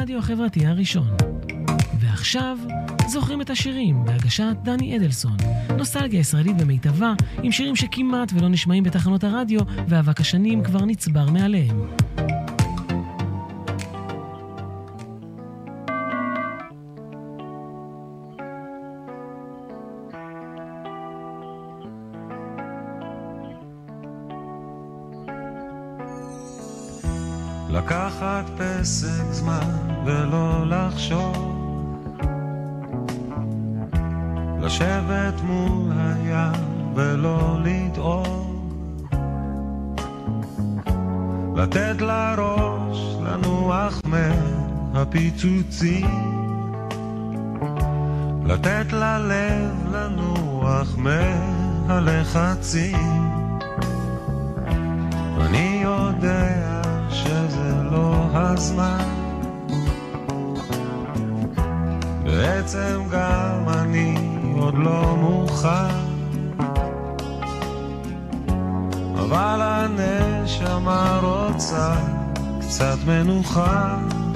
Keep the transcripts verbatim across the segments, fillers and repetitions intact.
הרדיו החברתי הראשון. ועכשיו זוכרים את השירים בהגשת דני אדלסון. נוסטלגיה ישראלית במיטבה, עם שירים שכמעט ולא נשמעים בתחנות הרדיו, ואבק השנים כבר נצבר מעליהם. לקחת פסק זמן ולא לחשוב, לשבת מול הים ולא לדאוג, לתת לראש לנוח מהפיצוצים, לתת ללב לנוח מהלחצים. אני יודע שזה לא הזמן, בעצם גם אני עוד לא מוכן, אבל הנשמה רוצה קצת מנוחה,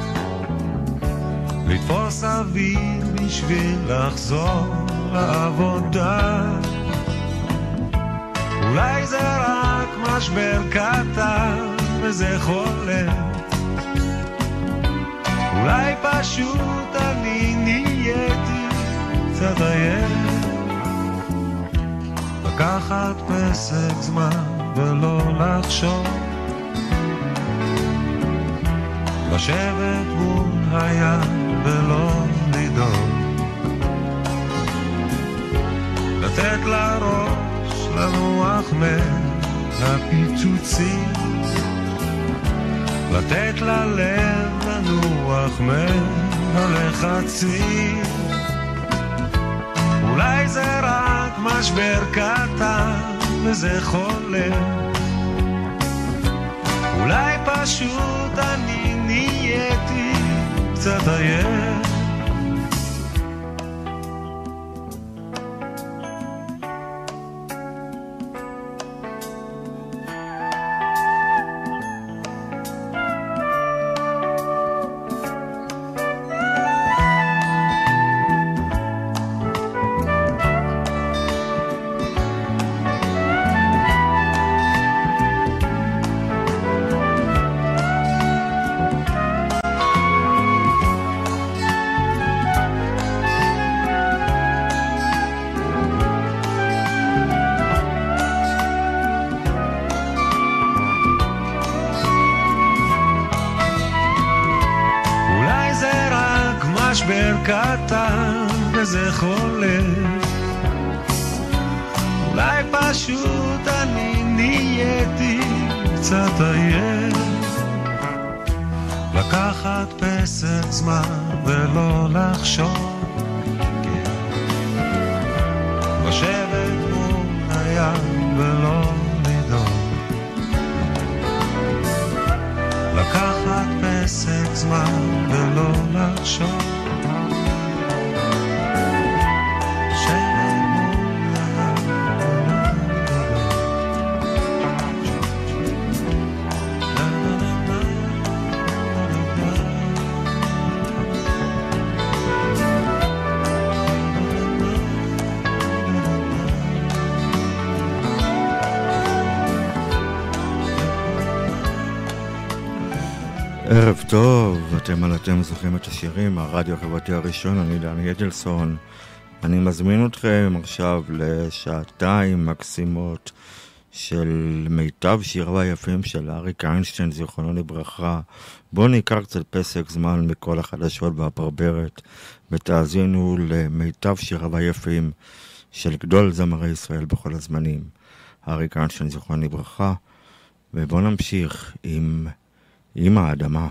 לתפוס אוויר בשביל לחזור לעבודה. אולי זה רק משבר קטן וזה חולף, אולי פשוט אני נהייתי קצת עייף. לקחת פסק זמן ולא לחשוב, לשבת מול הים ולא לדאוג, לתת לראש לנוח מהפיצוצים, לתת ללב לנוח מהלחצים. אולי זה רק משבר קטן וזה חולף, אולי פשוט אני נהייתי קצת עייף. קטן וזה חולף, אולי פשוט אני נהייתי קצת עייף. לקחת פסק זמן ולא לחשוב, לשבת מול הים ולא לדאוג, לקחת פסק זמן ולא לחשוב, ערב טוב, אתם על אתם זוכרים את השירים, הרדיו החברתי הראשון, אני דני אדלסון. אני מזמין אתכם עכשיו לשעתיים מקסימות של מיטב שיריו היפים של אריק איינשטיין, זיכרונו לברכה. בואו ניקח קצת פסק זמן מכל החדשות והברברת, ותאזינו למיטב שיריו היפים של גדול זמרי ישראל בכל הזמנים, אריק איינשטיין, זיכרונו לברכה. ובואו נמשיך עם עם האדמה.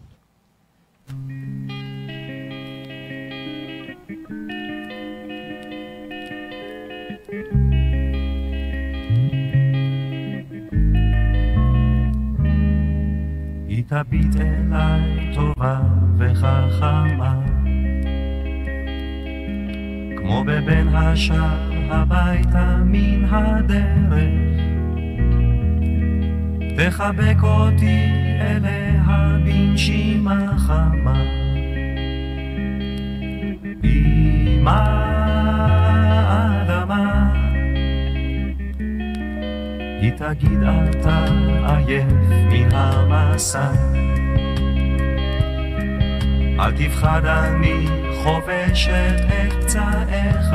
היא תביט אליי טובה וחכמה, כמו בבן השאר הביתה מן הדרך, תחבק אותי אליה בנשימה חמה, אמא אדמה, היא תגיד אתה עייף מן המסע, אל תפחד אני חובשת את פצעיך,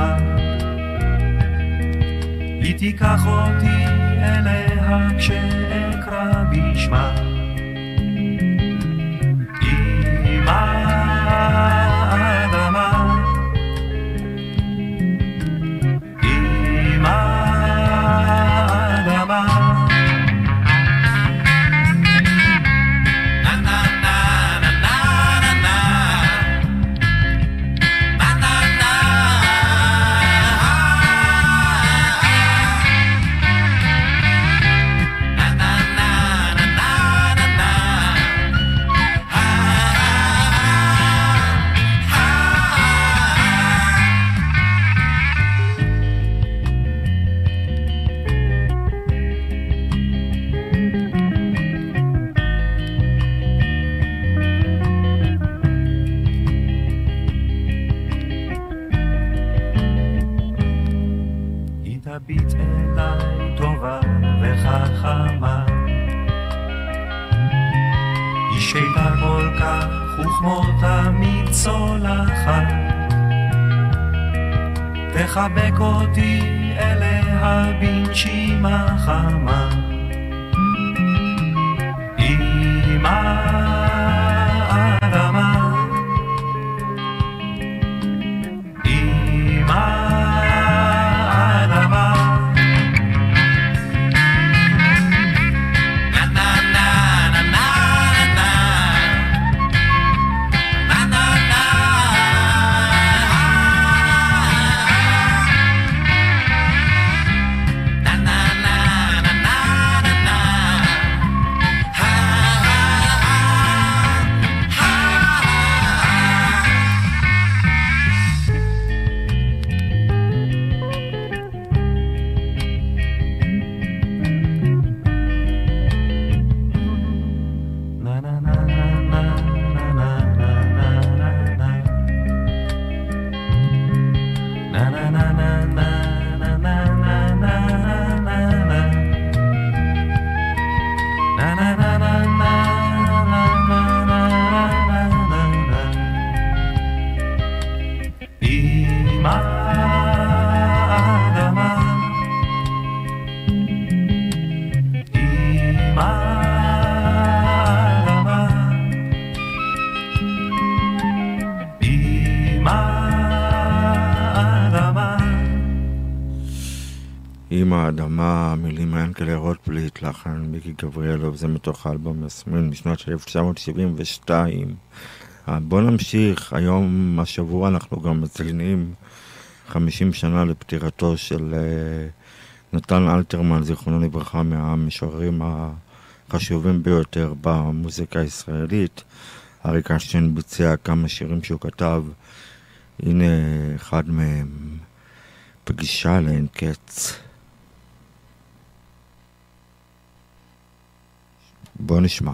היא תיקח אותי אליה כשאקרא בשמה. אמא אדמה, אמא אדמה, תביט אליי טובה וחכמה, היא שקטה כל כך וכמו תמיד צולחת, תחבק אותי אליה בנשימה חמה. אמא אדמה, אמא האדמה, מילים ינקלה רוטבליט, לחן מיקי גבריאלוב, זה מתוך האלבום יסמין משנת אלף תשע מאות שבעים ושתיים. בואו נמשיך, היום השבוע אנחנו גם מציינים חמישים שנה לפטירתו של נתן אלתרמן, זיכרונו לברכה, מהמשוררים החשובים ביותר במוזיקה הישראלית. אריק איינשטיין ביצע כמה שירים שהוא כתב, הנה אחד מהם, פגישה לאין קץ. בוא נשמע.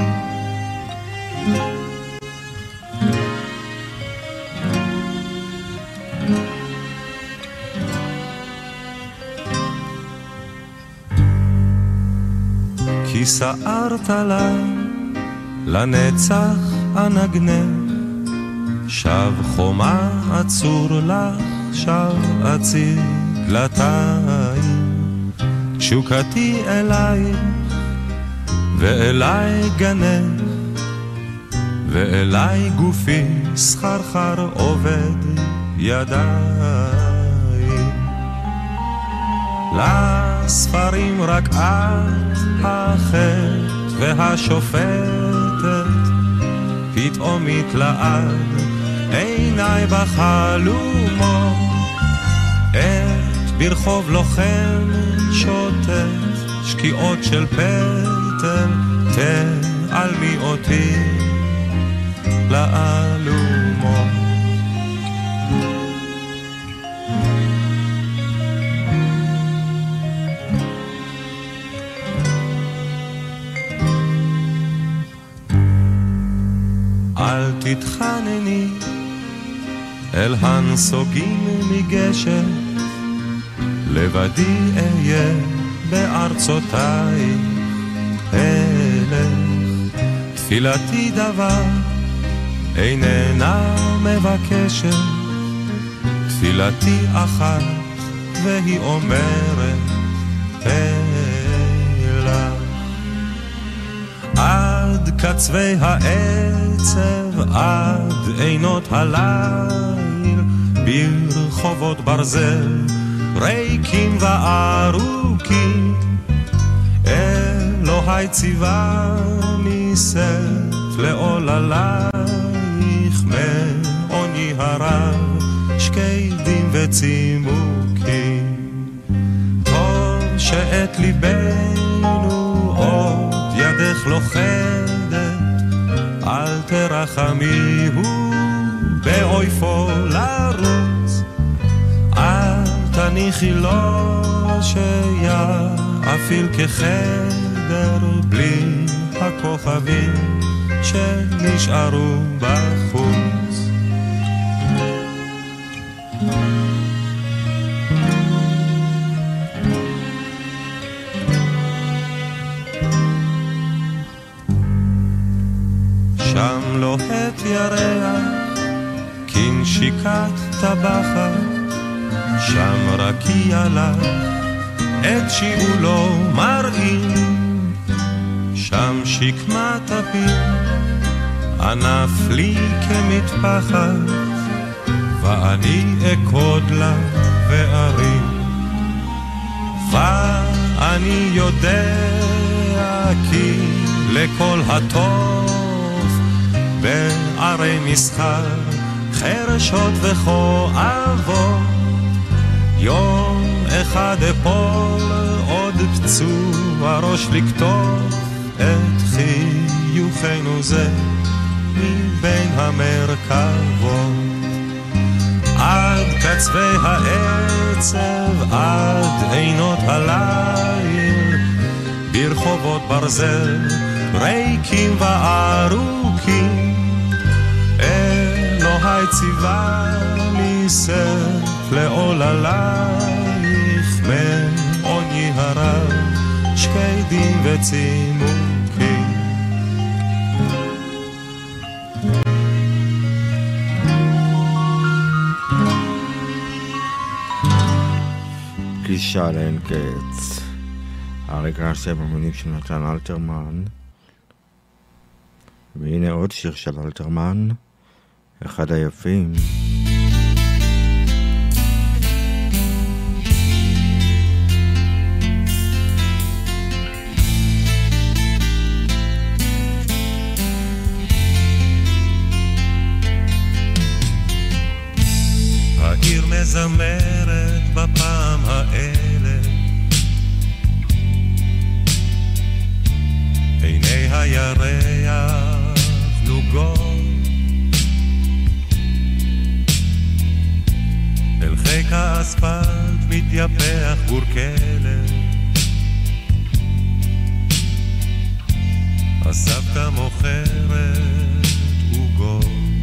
כי סערת לה לנצח הנגנב, שב חומה עצור לך, שב עציר דלתיים, שוקתי אלייך ואליי גנב, ואליי גופי סחרחר עובד ידיים. לספרים רק את החטא והשופטת, פתאום מתלעד עיניי בחלומות, את ברחוב לוחם שוטט שקיעות של פטל, תעלמי אותי לאלומות. אל תתחנני אל הנסוגים מגשר, לבדי אהיה בארצותיי אלך. תפילתי דבר איננה מבקשת, תפילתי אחת והיא אומרת אלך. עד קצווי העצב, עד עינות הליל, ברחובות ברזל ריקים וארוכים, אלוהי ציווני שאת לעוללייך, מעוני הרב שקדים וצימוקים. טוב שאת ליבנו עוד ידך לוחדת, אל תרחמיהו באויפו לרוץ, אל תניחי לו שיאפיל כחדר בלי הכוכבים שנשארו בחוץ. שם לוהט ירח כנשיקת טבחת, שם רקיע לך את שיעולו מראים, שם שקמת הפיר ענף לי כמטפחת, ואני אקוד לה וארים. ואני יודע כי לכל הטוב בערי מסחר חרשות וכואבות, יום אחד אפול עוד פצוע ראש לכתוב את חיוכנו זה מבין המרכבות. עד קצווי העצב, עד עינות הליל, ברחובות ברזל ריקים וארוכים, אלוהי ציווני שאת לעוללייך, מעוני הרב שקדים וצימוקים. גישה לאין קץ, הרקע שבע מילים של נתן אלתרמן. והנה עוד שיר של אלתרמן, אחד היפים. העיר מזמרת בפעם האלה, עיני הירח נוגות, אל חיק האספלט מתייפח גור כלב, הסבתא מוכרת עוגות,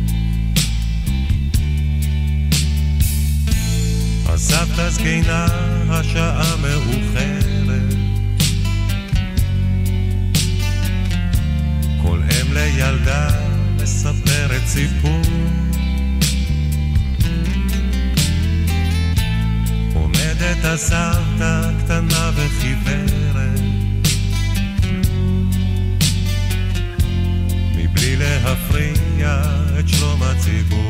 הסבתא זקנה השעה מאוחרת, כל אם לילדה מספרת סיפור, עומדת הסבתא קטנה וחיוורת, מבלי להפריע את שלום הציבור.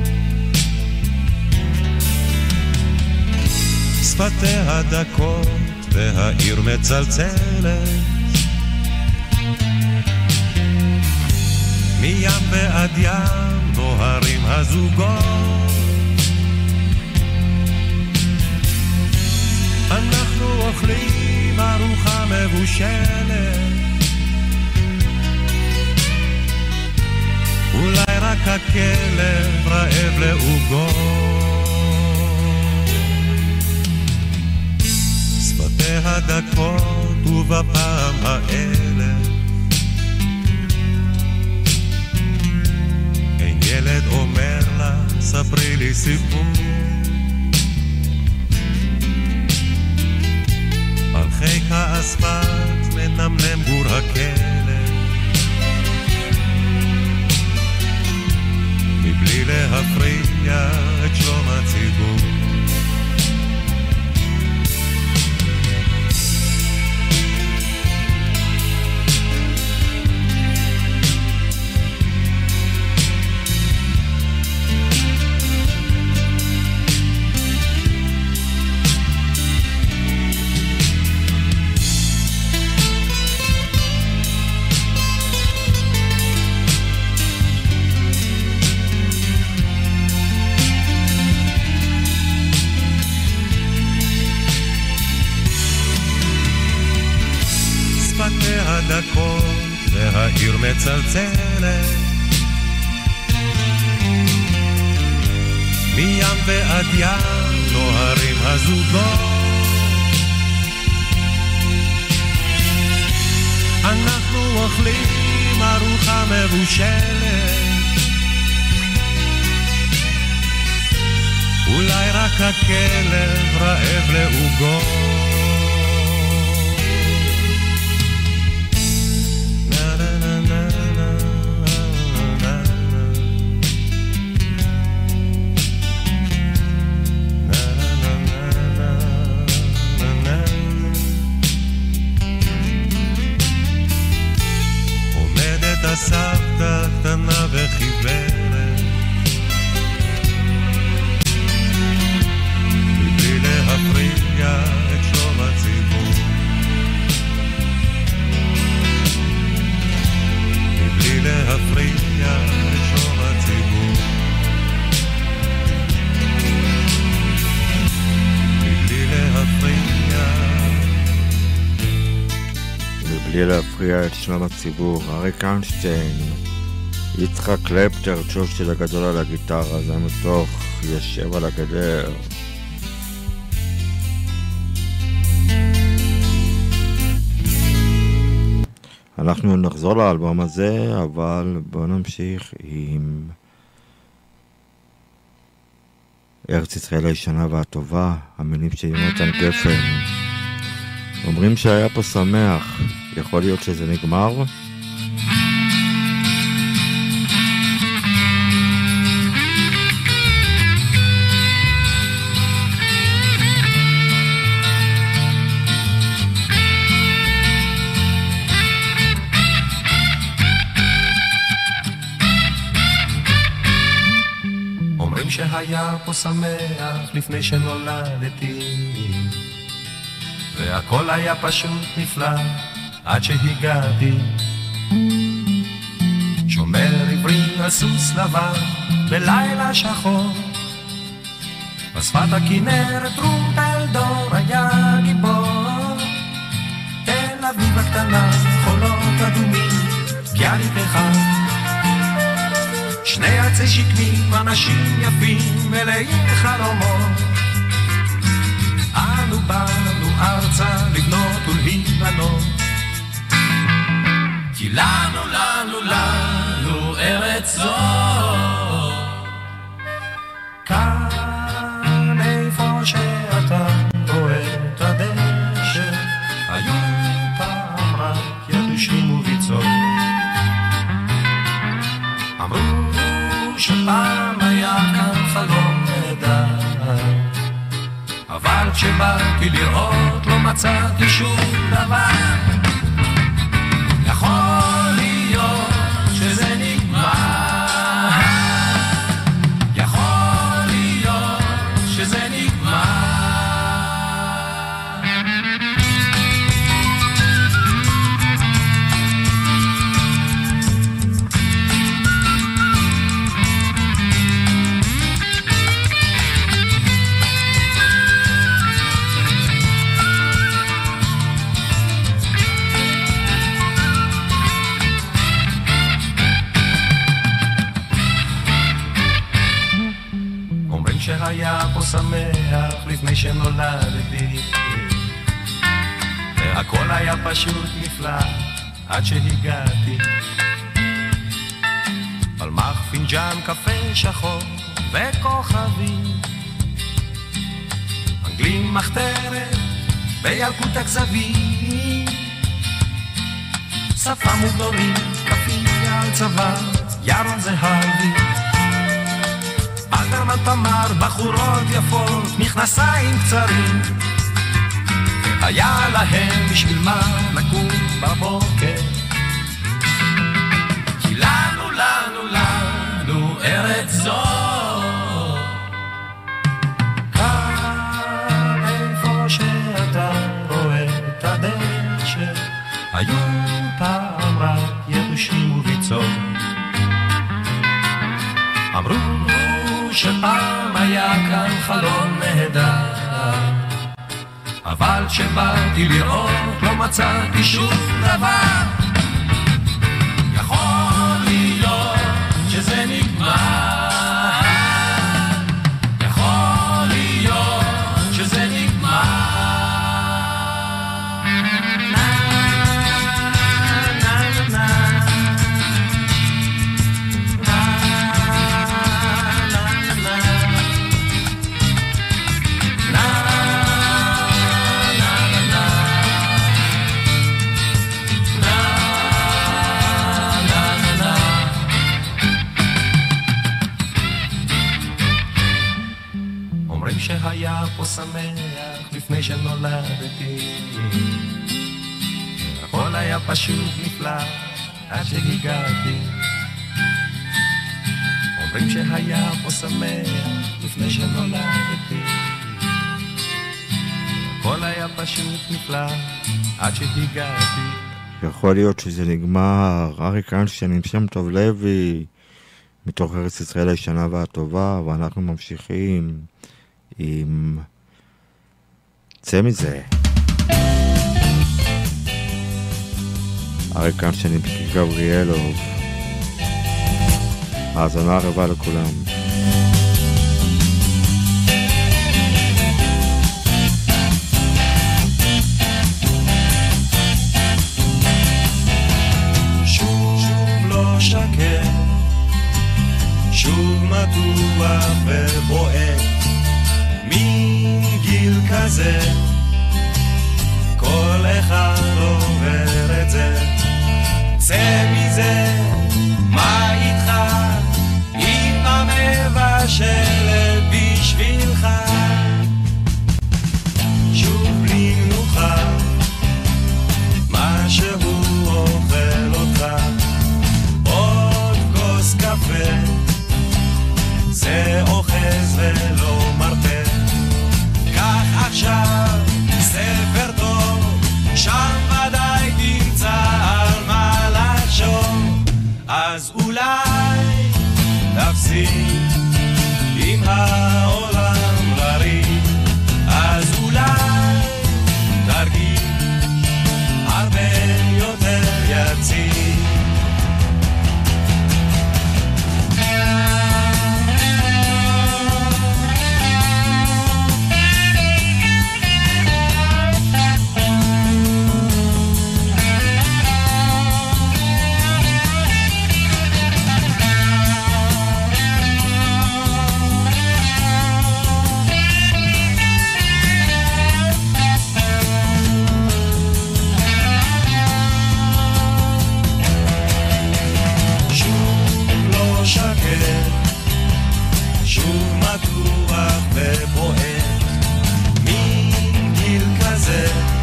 שפתיה דקות והעיר מצלצלת, מים ועד ים נוהרים הזוגות, אנחנו אוכלים ארוחה מבושלת, אולי רק הכלב רעב לעוגות. שפתיה דקות ובפעם האלף אין ילד אומר לה ספרי לי סיפור על חיק האספלט מנמנם גור הכלב מבלי להפריע את שלום הציבור הדקות והעיר מצלצלת מים ועד ים נוהרים הזוגות אנחנו אוכלים ארוחה מבושלת אולי רק הכלב רעב לעוגות סבתא קטנה וחיוורת מבלי להפריע את שלום הציבור מבלי להפריע את שלום הציבור מבלי להפריע מבלי להפריע את שלום הציבור. אריק איינשטיין, יצחק קלפטר, צ'ופצ'יל הגדול על הגיטרה, זה מתוך ישב על הגדר. אנחנו נחזור לאלבום הזה, אבל בואו נמשיך עם ארץ ישראל הישנה והטובה, המילים של יונתן גפן. אומרים שהיה פה שמח, יכול להיות שזה נגמר? אומרים שהיה פה שמח לפני שנולדתי והכל היה פשוט נפלא עד שהגעתי שומר עברי על סוס לבן בלילה שחור בשפת הכנרת טרומפלדור היה גיבור תל אביב הקטנה חולות אדומים ביאליק אחד שני עצי שקמים אנשים יפים מלאים חלומות אנו באנו ארצה לבנות ולהיבנות כי לנו לנו לנו ארץ זו כאן איפה שאתה רואה את הדשא היו פעם רק יתושים וביצות אמרו שפעם היה כאן חלום נהדר אבל כשבאתי לראות לא מצאתי שום דבר יכול להיות שזה נגמר יכול להיות שזה נגמר שהיה פה שמח לפני שנולדתי והכל היה פשוט נפלא עד שהגעתי פלמח פינג'אן קפה שחור וכוכבים, אנגלים מחתרת בילקוט הכזבים, שפם וגדולים, כפייה על צבא, ירון זהבי, אלתרמן תמר, בחורות יפות, מכנסיים קצרים, היה להם בשביל מה לקום בבוקר, כי לנו, לנו, לנו ארץ זו, כאן איפה שאתה רואה את הדשא, היו פעם רק יבשים וביצות, אמרו שפעם היה כאן חלום נהדר, אבל כשבאתי לראות לא מצאתי שום דבר, יכול להיות שזה נגמר, יכול להיות שזה נגמר. שהיה פה שמח לפני שנולדתי, הכל היה פשוט נפלא עד שהגעתי, אומרים שהיה פה שמח לפני שנולדתי, הכל היה פשוט נפלא עד שהגעתי. יכול להיות שזה נגמר. אריק איינשטיין, שם טוב לוי, מתוך ארץ ישראל הישנה והטובה, ואנחנו ממשיכים עם צא מזה. אריק איינשטיין עם פיקי גבריאלוב, האזנה רבה לכולם. שוב לא שקט, שוב מתוח ובועט, מין גיל כזה, כל אחד עובר את זה. צא מזה, מה איתך, עם המבשלת בשבילך, שוב בלי מנוחה, מה שהוא אוכל אותך, עוד כוס קפה, זה אוחז ולא מרפא. קח עכשיו ספר טוב, שם ודאי תמצא על מה לחשוב, אז אולי תפסיק עם העולם לריב, אז אולי תרגיש הרבה יותר יציב. שוב מתוח ובועט, מין גיל כזה,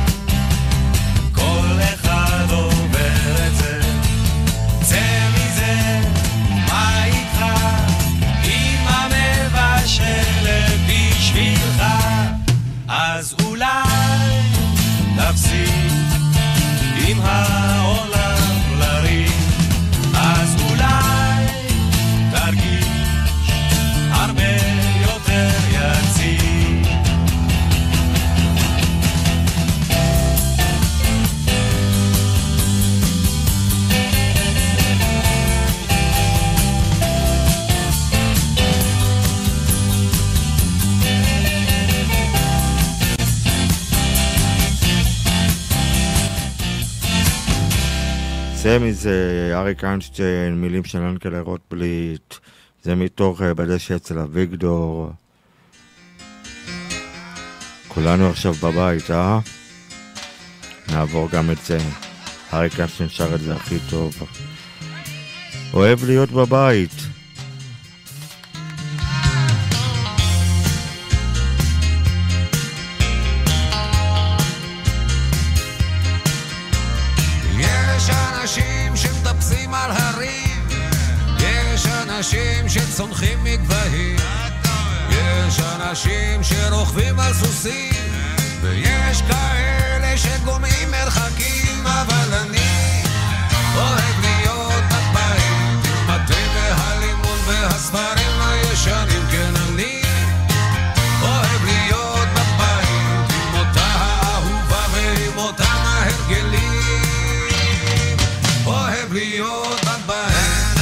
כל אחד עובר את זה. צא מזה, מה איתך, עם המבשלת בשבילך, אז אולי תפסיק עם העולם לריב, אז אולי תרגיש הרבה יותר יציב. צא מזה, אריק איינשטיין, מילים של אנקלה רוטבליט. זה מתוך בדשא אצל אביגדור. כולנו עכשיו בבית, אה? נעבור גם את זה. אריק איינשטיין שר את זה הכי טוב. אוהב להיות בבית. יש אנשים שמטפסים על הרים, יש אנשים שצונחים מגבהים, יש אנשים שרוכבים על סוסים, ויש כאלה שגומעים מרחקים, אבל אני אוהב להיות בבית, עם התה והלימון והספרים הישנים, כן אני אוהב להיות בבית, עם אותה האהובה ועם אותם ההרגלים, אוהב להיות בבית.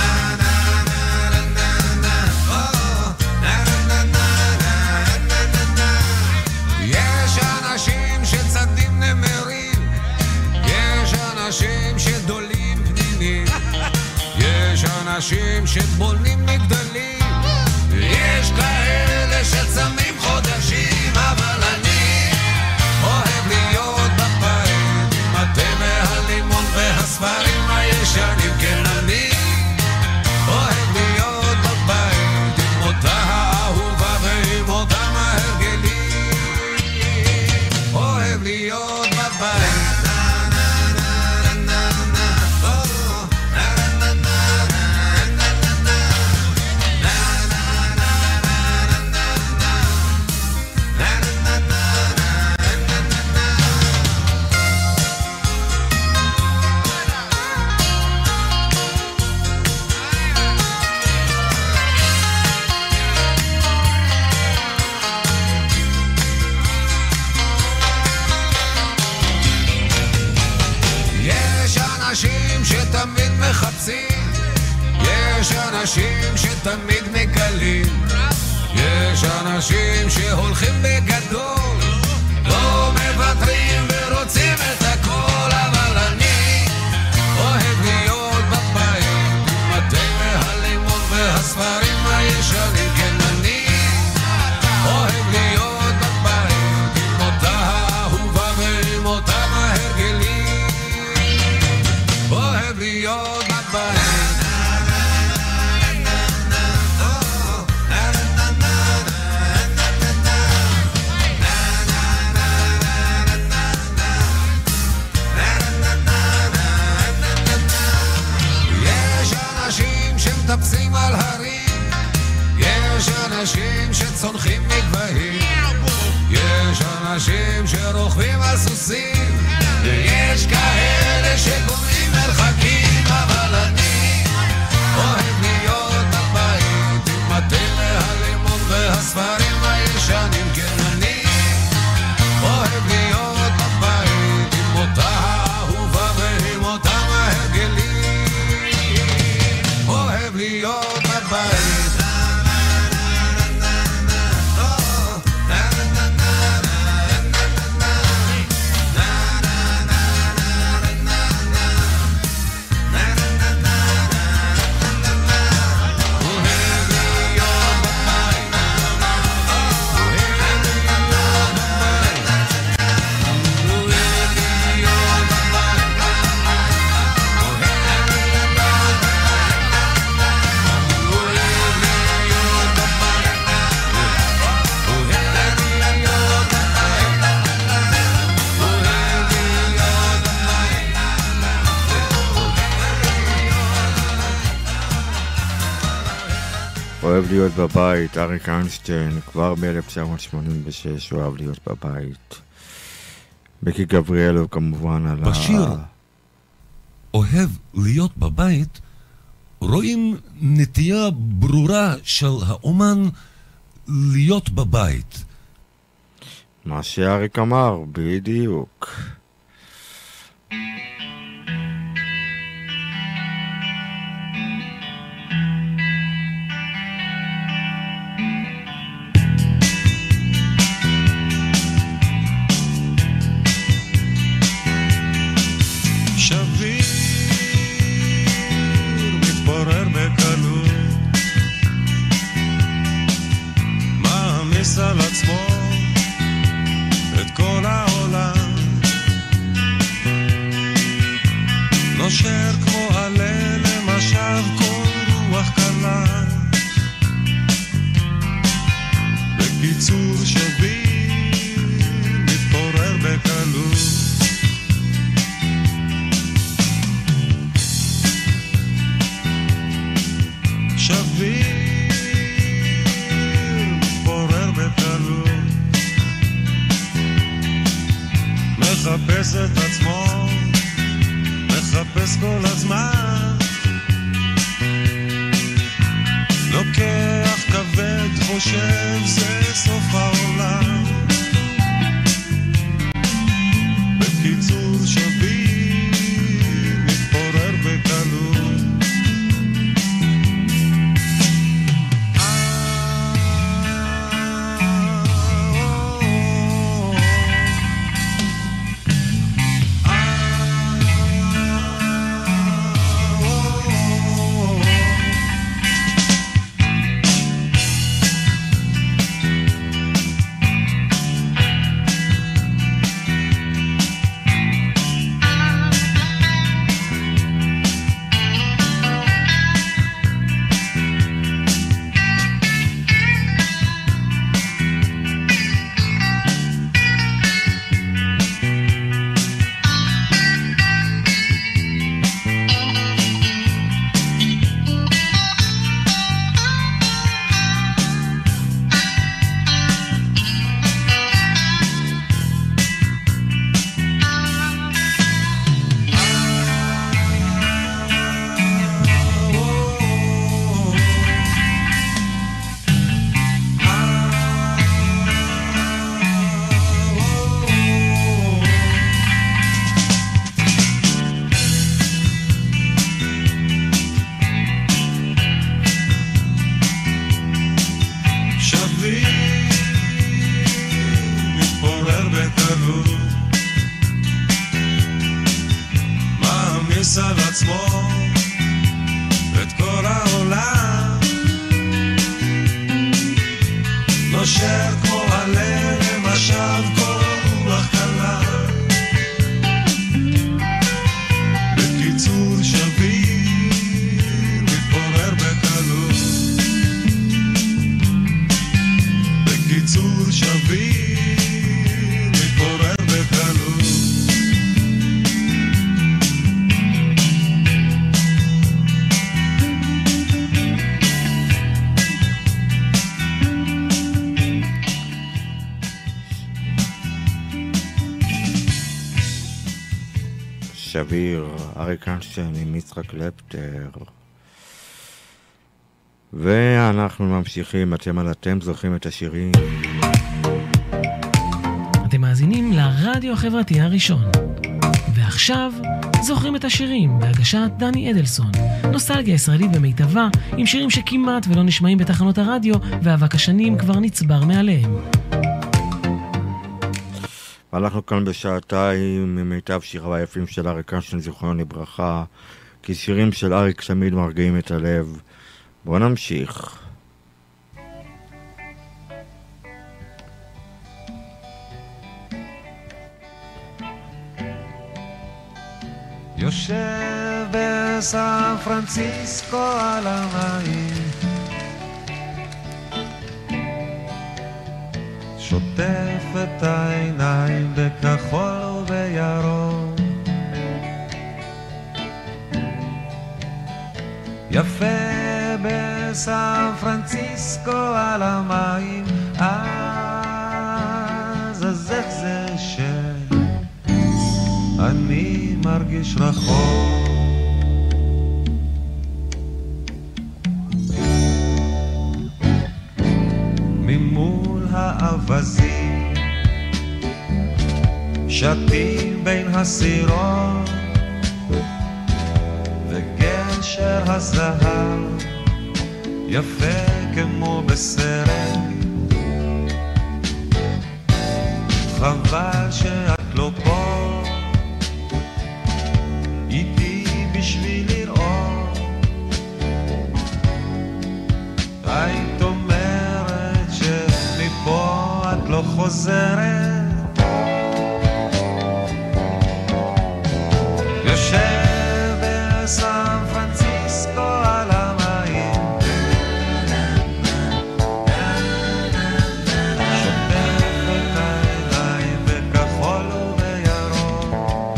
אנשים שדולים פנינים, יש אנשים שבונים מגדלים, יש כאלה שצמים חודשים, אבל אני אוהב להיות בבית, עם התה והלימון והספרים הישנים, כן אני אוהב להיות בבית, עם אותה האהובה ועם אותם ההרגלים, אוהב להיות בבית. שתמיד מחפשים, יש אנשים שתמיד מגלים, יש אנשים שהולכים בגדול, לא מוותרים ורוצים את הכל, אבל אני אוהב להיות בבית, עם התה והלימון והספרים הישנים, כן אני אוהב להיות בבית, עם אותה האהובה ועם אותם ההרגלים, אוהב להיות בבית. יש אנשים שמטפסים על הרים, יש אנשים שצונחים מגבהים, יש אנשים שרוכבים על סוסים, ויש כאלה שגומעים מרחקים, אבל אני אוהב להיות בבית, עם התה והלימון והספרים הישנים, כן אני אוהב להיות בבית, עם אותה האהובה ועם אותם ההרגלים, אוהב להיות בבית. אוהב להיות בבית, אריק איינשטיין, כבר ב-אלף תשע מאות שמונים ושש הוא אוהב להיות בבית. בקי גבריאלו כמובן על בשיר ה... אוהב להיות בבית רואים נטייה ברורה של האומן להיות בבית. מה שאריק אמר, בדיוק. שביר מתפורר בקלות מעמיס על עצמו את כל העולם, נושר כמו עלה למשב כל רוח קלה, בקיצור שביר מתפורר בקלות. שביר מתפורר בקלות, מחפש את עצמו, מחפש כל הזמן, לוקח כבד, חושב זה סוף העולם, בקיצור שביר מתפורר בקלות. שביר, אריק איינשטיין עם יצחק קלפטר. ואנחנו ממשיכים, אתם על אתם זוכרים את השירים. אתם מאזינים לרדיו החברתי הראשון. ועכשיו זוכרים את השירים בהגשת דני אדלסון. נוסטלגיה ישראלית במיטבה, עם שירים שכמעט ולא נשמעים בתחנות הרדיו, ואבק השנים כבר נצבר מעליהם. ואנחנו כאן בשעתיים ממיטב שיריו היפים של אריק איינשטיין זיכרונו לברכה, כי שירים של אריק תמיד מרגיעים את הלב. בואו נמשיך. יושב בסן פרנסיסקו על המים, שוטף את העיניים בכחול ובירוק, יפה בסן פרנסיסקו על המים, אז אז איך זה שאני מרגיש רחוק, ממול האבזים שתים בין הסירות וגשר הזהב יפה כמו בסרט, חבל שאת לא פה איתי בשביל לראות, היית אומרת שמפה חוזרת, יושב בסן פרנסיסקו על המים, שוטף את העיניים בכחול ובירוק,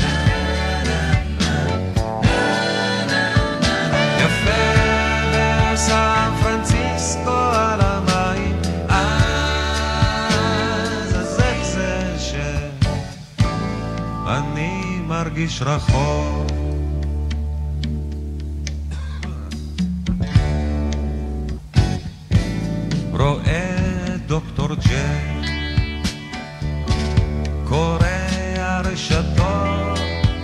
יפה בסן פרנסיסקו על המים, אז אז איך זה שאני מרגיש רחוק, רואה דוקטור ג'ק קורא הרשתות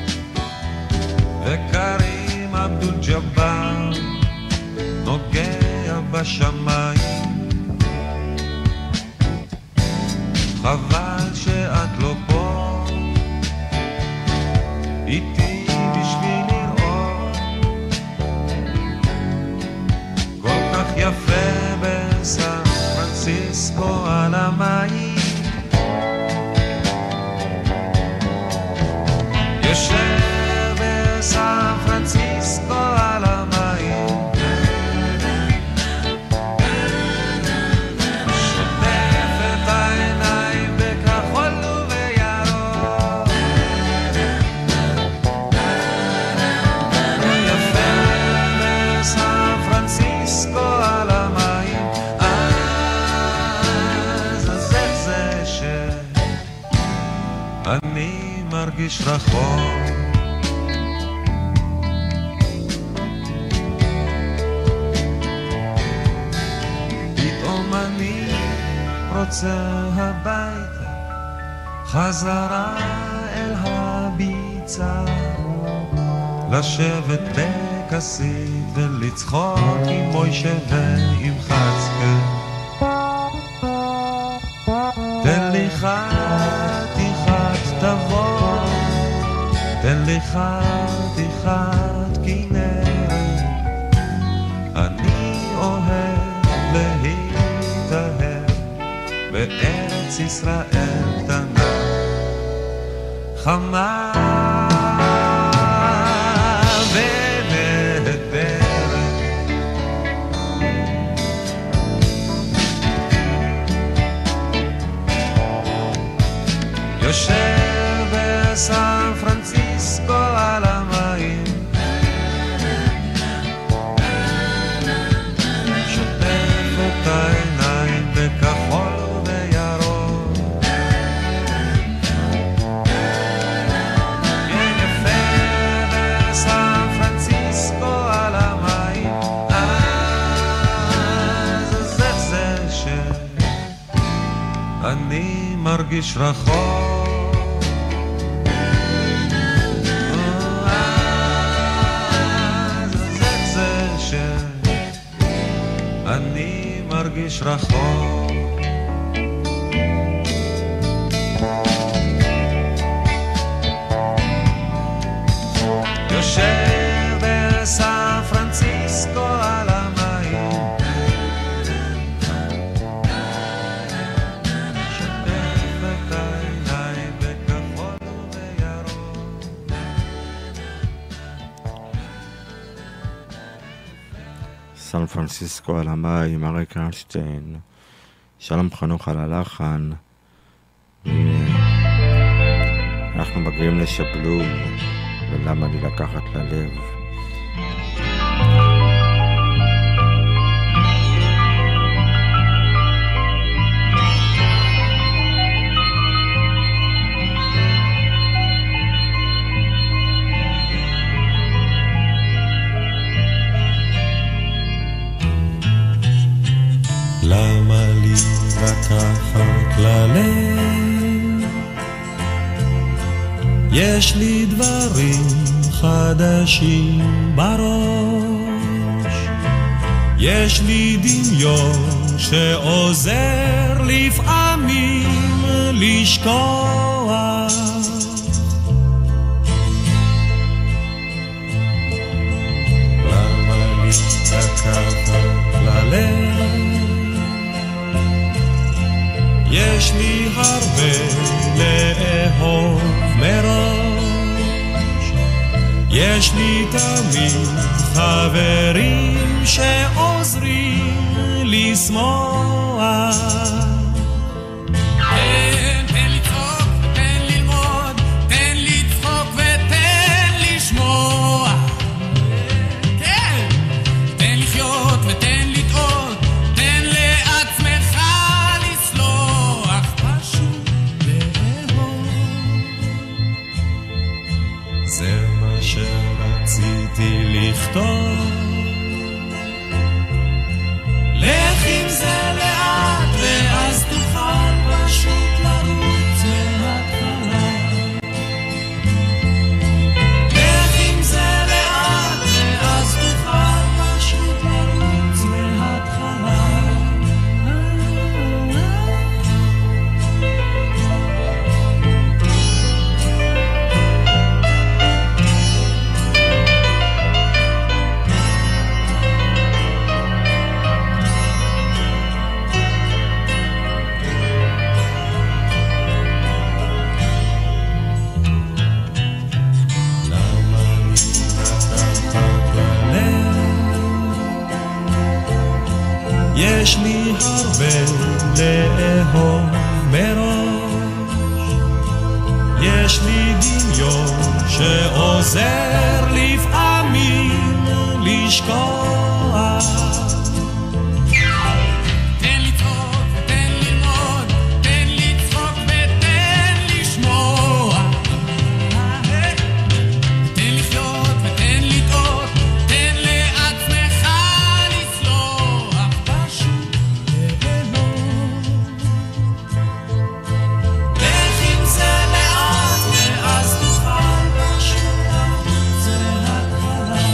וקרים אבדול ג'בר נוגע בשמיים, חבל שאת לא פה איתי בשביל לראות כל כך יפה בסן פרנסיסקו על המים, יושב בסן פרנסיסקו על המים, שוטף את העיניים בכחול ובירוק, יפה בסן פרנסיסקו על המים, אז אז איך זה שאני מרגיש רחוק, פתאום אני רוצה הביתה, חזרה אל הביצה, לשבת בכסית ולצחוק עם מוישה ועם חצקה, תן לי חתיכת תבוא, תן לי חתיכת כנרת, אני אוהב להתאהב בארץ ישראל קטנה, חמה ונהדרת, יושב בסן פרנסיסקו על המים, שוטף את העיניים בכחול ובירוק, יפה בסן פרנסיסקו על המים, אז אז איך זה שאני מרגיש רחוק, אני מרגיש רחוק, יושב בסן פרנסיסקו על המים, שוטף את העיניים בכחול ובירוק, סן פרנסיסקו על המים, אריק איינשטיין, שלום חנוך על הלחן. והנה אנחנו מגיעים לשבלול, ולמה לי לקחת ללב. למה לי לקחת ללב? יש לי דברים חדשים בראש, יש לי דמיון שעוזר לפעמים לשכוח, למה לי לקחת ללב? יש לי הרבה לאהוב מראש, יש לי תמיד חברים שעוזרים לשמוח. תן, תן לצחוק, תן ללמוד, תן לצחוק ותן לשמוע. כן, תן לחיות ותן לטעות, תן לעצמך לסלוח, פשוט לאהוב. זה מה שרציתי לכתוב, לך עם זה לאט ואז תוכל פשוט לרוץ מההתחלה. לך עם זה לאט ואז תוכל פשוט לרוץ מההתחלה. יש לי הרבה לאהוב מראש, יש לי דמיון שעוזר לפעמים לשכוח. תן לצחוק ותן ללמוד, תן לצחוק ותן לשמוע. תן לחיות ותן לטעות, תן לעצמך לסלוח, פשוט לאהוב. לך עם זה לאט ואז תוכל פשוט לרוץ מההתחלה.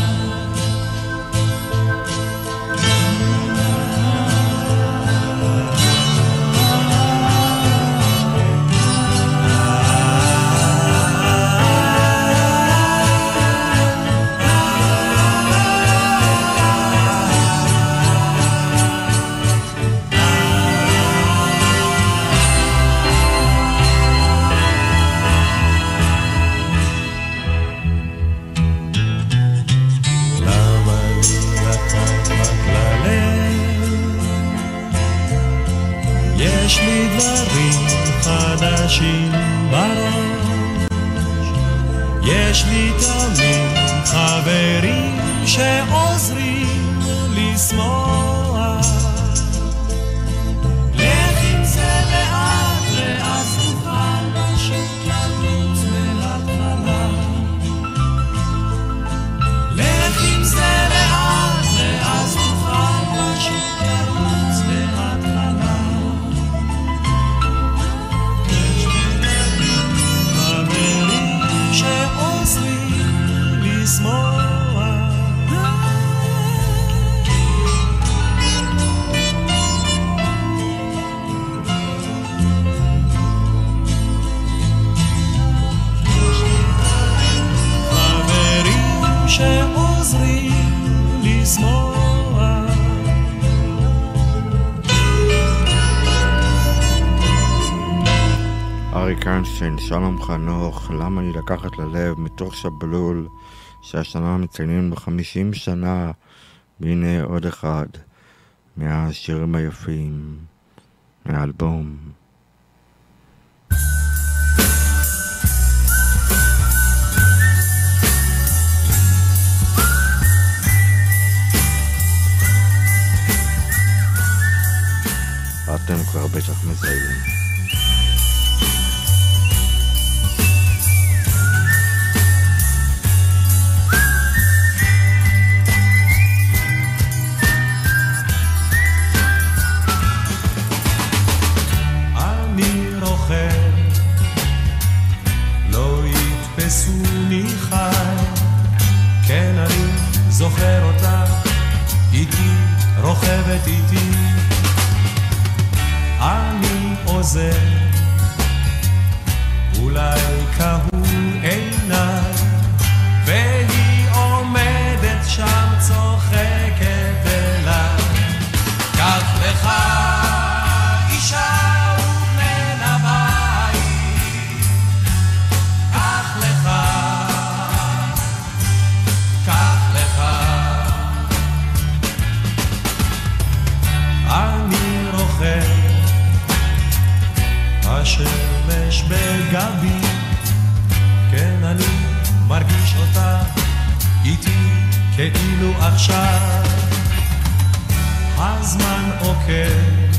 למה לי לקחת רק ללב? יש לי דברים חדשים בראש, יש לי תמיד חברים שעוזרים לשמוח. לך עם זה לאט ואז תוכל פשוט לרוץ מההתחלה. לך עם זה לאט ואז תוכל פשוט לרוץ מההתחלה. יש לי חברים שעוזרים לשמוח. חברים שעוזרים לשמוח. אריק איינשטיין, שלום חנוך, למה לי לקחת ללב, מתוך שבלול, שהשנה מציינים בחמישים שנה, והנה עוד אחד מהשירים היפים מהאלבום. אתם כבר בטח מזהים. אני רוכב, לא יתפסוני חי, כן אני זוכר אותה, איתי רוכבת איתי. אני עוזר, אולי כהוא עיניי, והיא עומדת שם צוחקת אליי. קח לך אישה ובני נבל, ואילו עכשיו הזמן עוקר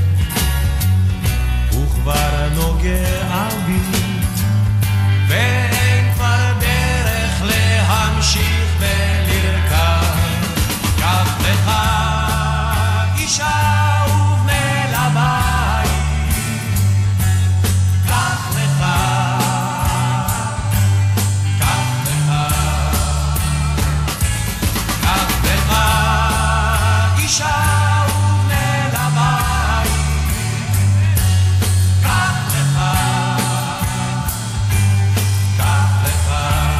וכבר נוגע בי ואין כבר דרך להמשיך ולרכב. קח לך אישה ובנה לבית, קח לך, קח לך, קח לך אישה ובנה לבית, קח לך, קח לך.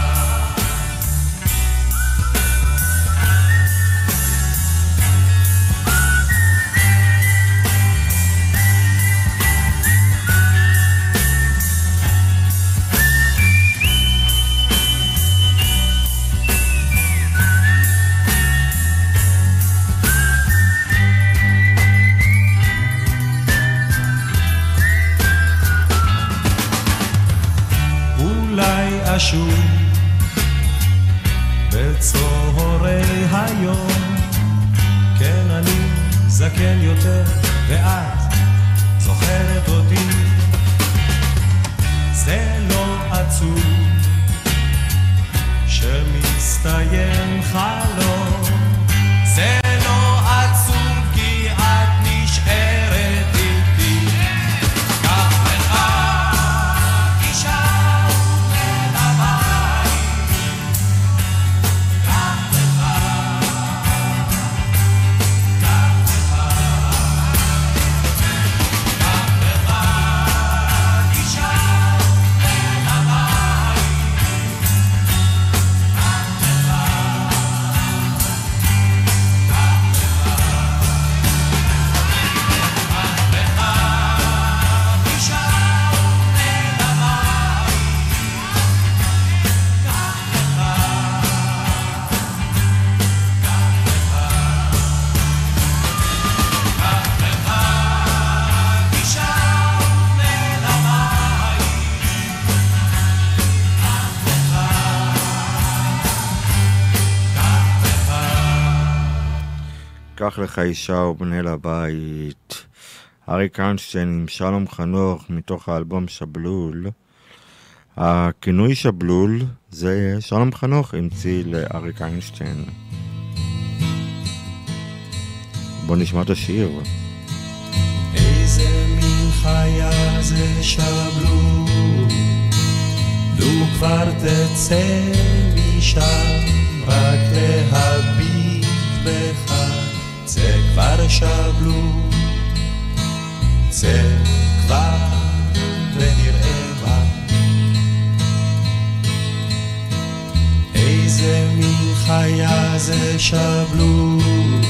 אולי אשוב בצהרי היום, כן אני זקן יותר ואת זוכרת אותי, זה לא עצוב שמסתיים חלום, זה לא עצוב כי את נשארת איתי. קח לך אישה קח לך אישה ובנה לבית. אריק איינשטיין עם שלום חנוך מתוך האלבום שבלול. הכינוי שבלול זה שלום חנוך המציא לאריק איינשטיין. בוא נשמע את השיר. איזה מין חיה זה שבלול, לו כבר תצא משם רק להביט בך, צא כבר שבלול, צא כבר ונראה מה. איזה מין חיה זה שבלול,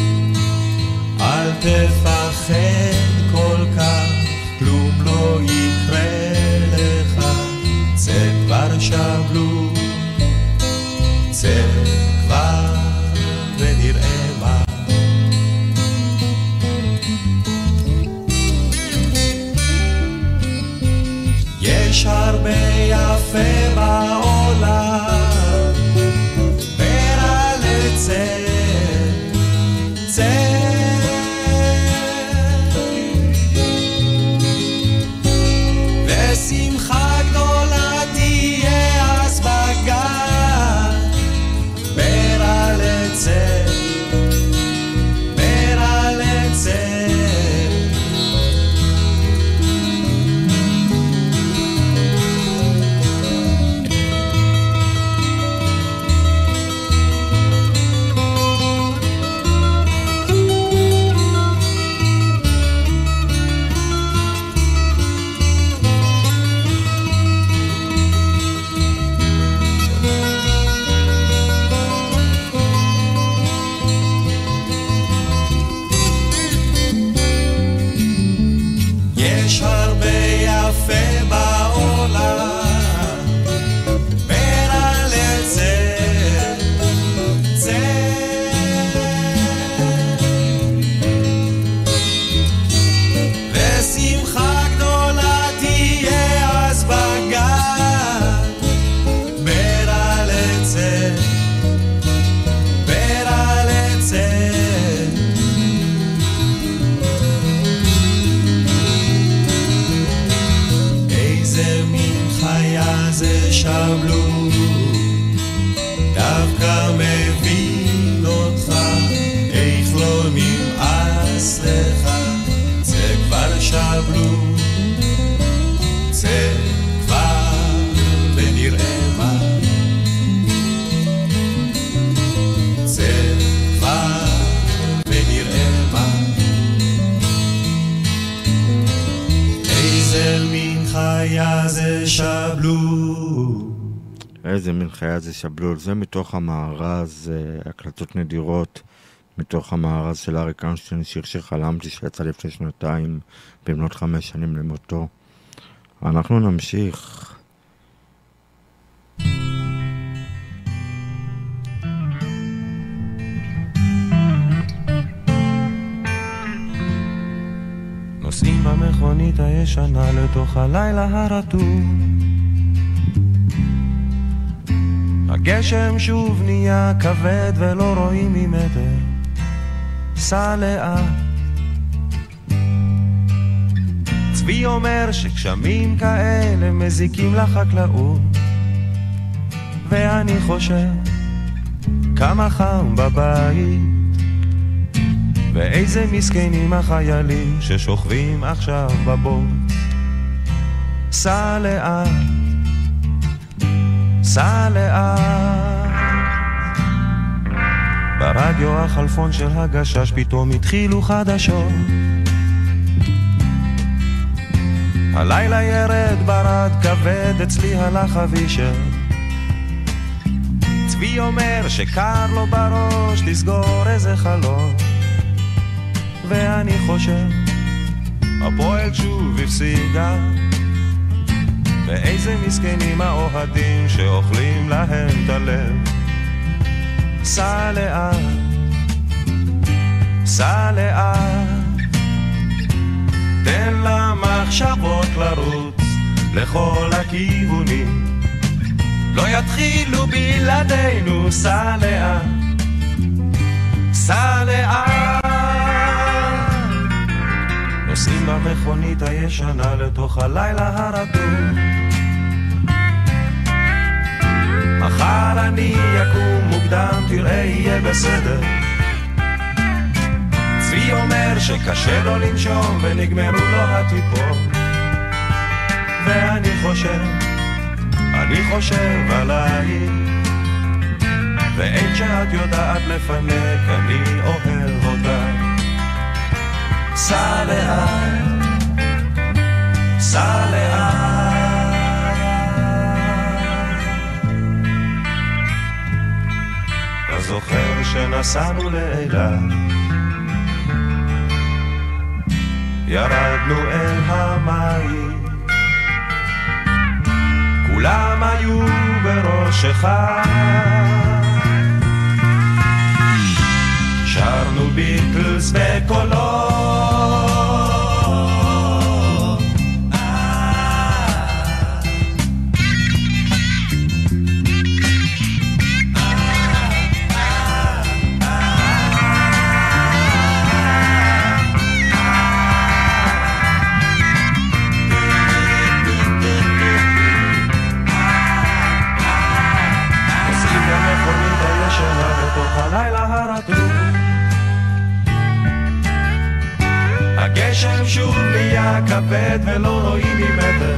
אל תפחד כל כך, כלום לא יקרה לך, צא כבר שבלול, צא כבר ונראה מה. יש הרבה יפה בעולם, ורע לצא, צא ושמחה גדולה תהיה אז בגן, איזה מין חיה זה שבלול. זה מתוך המארז, הקלטות נדירות, מתוך המארז של אריק איינשטיין, שיר שחלמתי שיצא לפני שנתיים, במנות חמש שנים למותו. אנחנו נמשיך. נוסעים במכונית הישנה לתוך הלילה הרטוב, הגשם שוב נהיה כבד ולא רואים ממטר, סע לאט. צבי אומר שגשמים כאלה מזיקים לחקלאות, ואני חושב כמה חם בבית, ואיזה מסכנים החיילים ששוכבים עכשיו בבוץ. סע לאט, סע לאט. ברדיו החלפון של הגשש פתאום התחילו חדשות, הלילה ירד ברד כבד, אצלי הלך אבישר. צבי אומר שקר לו בראש, תסגור איזה חלון, ואני חושב הפועל שוב הפסידה, ואיזה מסכנים האוהדים שאוכלים להם את הלב. סע לאט, סע לאט, תן למחשבות לרוץ לכל הכיוונים, לא יתחילו בלעדינו. סע לאט, סע לאט. נוסעים במכונית הישנה לתוך הלילה הרטוב, מחר אני יקום מוקדם, תראה יהיה בסדר. צבי אומר שקשה לו לנשום ונגמרו לו הטיפות, ואני חושב, אני חושב עליי, ואין שאת יודעת לפנק, אני אוהב אותה. סע לאט, סע לאט. אתה זוכר שנסענו לאילת, ירדנו אל המים, כולם היו בראש אחד, שרנו ביטלס בקולות, הגשם שוב נהיה כבד ולא רואים ממטר.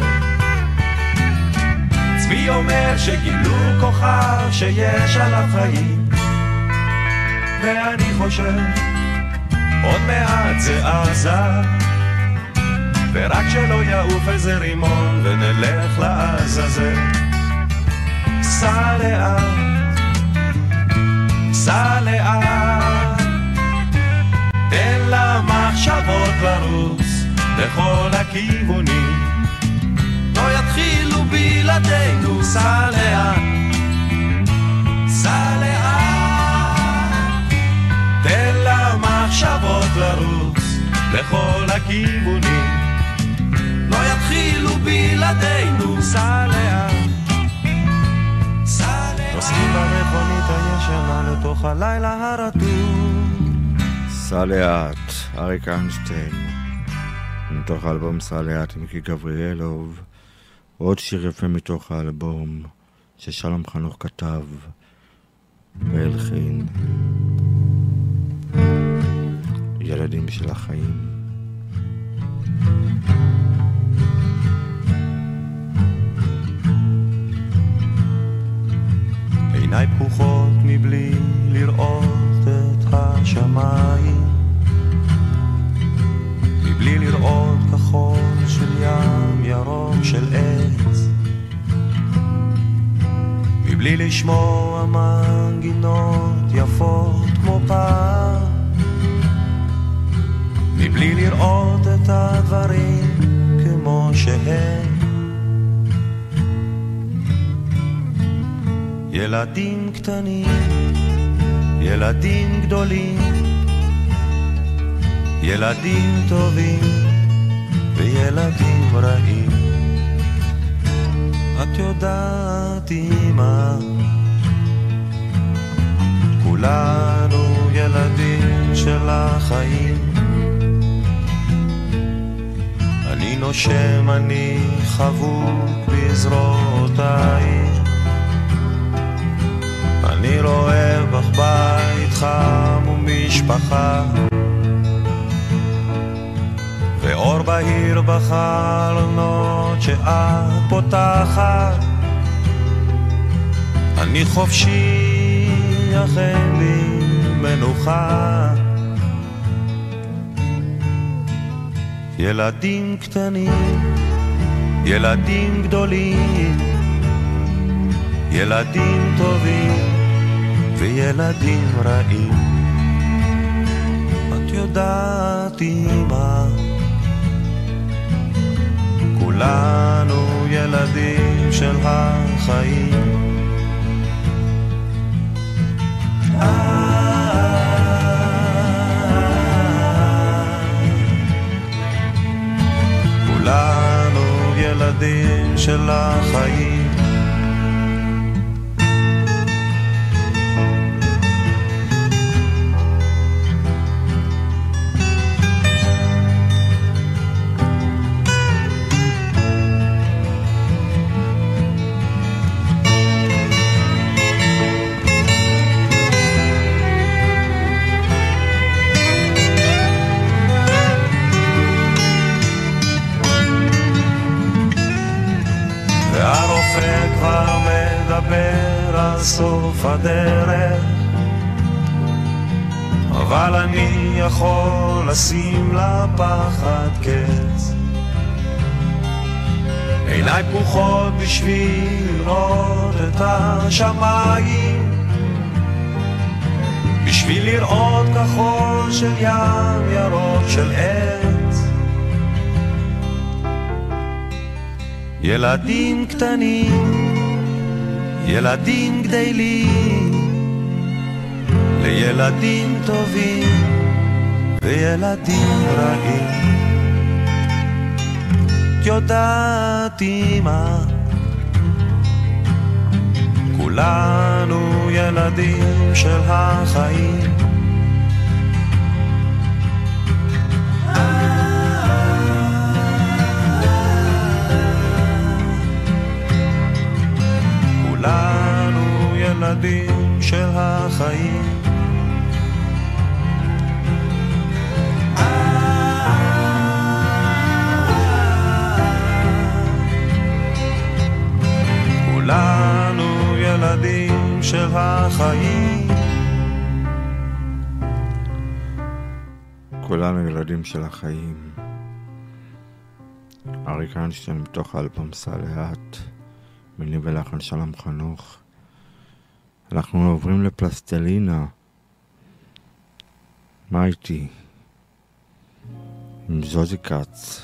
צבי אומר שגילו כוכב שיש עליו חיים, ואני חושב עוד מעט זה עזה, ורק שלא יעוף איזה רימון ונלך לעזאזל. סע לאט, סע לאט, תן למחשבות לרוץ לכל הכיוונים, לא יתחילו בלעדינו. סע לאט, סע לאט, תן למחשבות לרוץ לכל הכיוונים, לא יתחילו בלעדינו. סע לאט, סע לאט. נוסעים במכונית הישנה לתוך הלילה הרטוב. סע לאט, אריק איינשטיין, מתוך האלבום סע לאט עם מיקי גבריאלוב. עוד שיר יפה מתוך האלבום ששלום חנוך כתב והלחין, ילדים של החיים. עיניי פקוחות מבלי לראות את השמיים, מבלי לראות כחול של ים, ירוק של עץ, מבלי לשמוע מנגינות יפות כמו פעם, מבלי לראות את הדברים כמו שהם. ילדים קטנים, ילדים גדולים, ילדים טובים וילדים רעים. את יודעת אמא, כולנו ילדים של החיים. אני נושם, אני חבוק בזרועותיי, אני רואה בך בית חם ומשפחה, ואור בהיר בחלונות שאת פותחת. אני חופשי, אך אין לי מנוחה. ילדים קטנים, ילדים גדולים, ילדים טובים וילדים רעים. את יודעת אמא, כולנו ילדים של החיים. כולנו ילדים של החיים. סוף הדרך, אבל אני יכול לשים לפחד קץ. עיניי פקוחות בשביל לראות את השמיים, בשביל לראות כחול של ים, ירוק של עץ. ילדים קטנים, ילדים גדלים, לילדים טובים וילדים רעים. יודעת אמא, כולנו ילדים של החיים. כולנו ילדים של החיים. כולנו ילדים של החיים. כולנו ילדים של החיים. אריק איינשטיין מתוך האלבום סע לאט, מילים ולחן שלום חנוך. אנחנו עוברים לפלסטלינה. מה איתי? עם זוזי קאץ.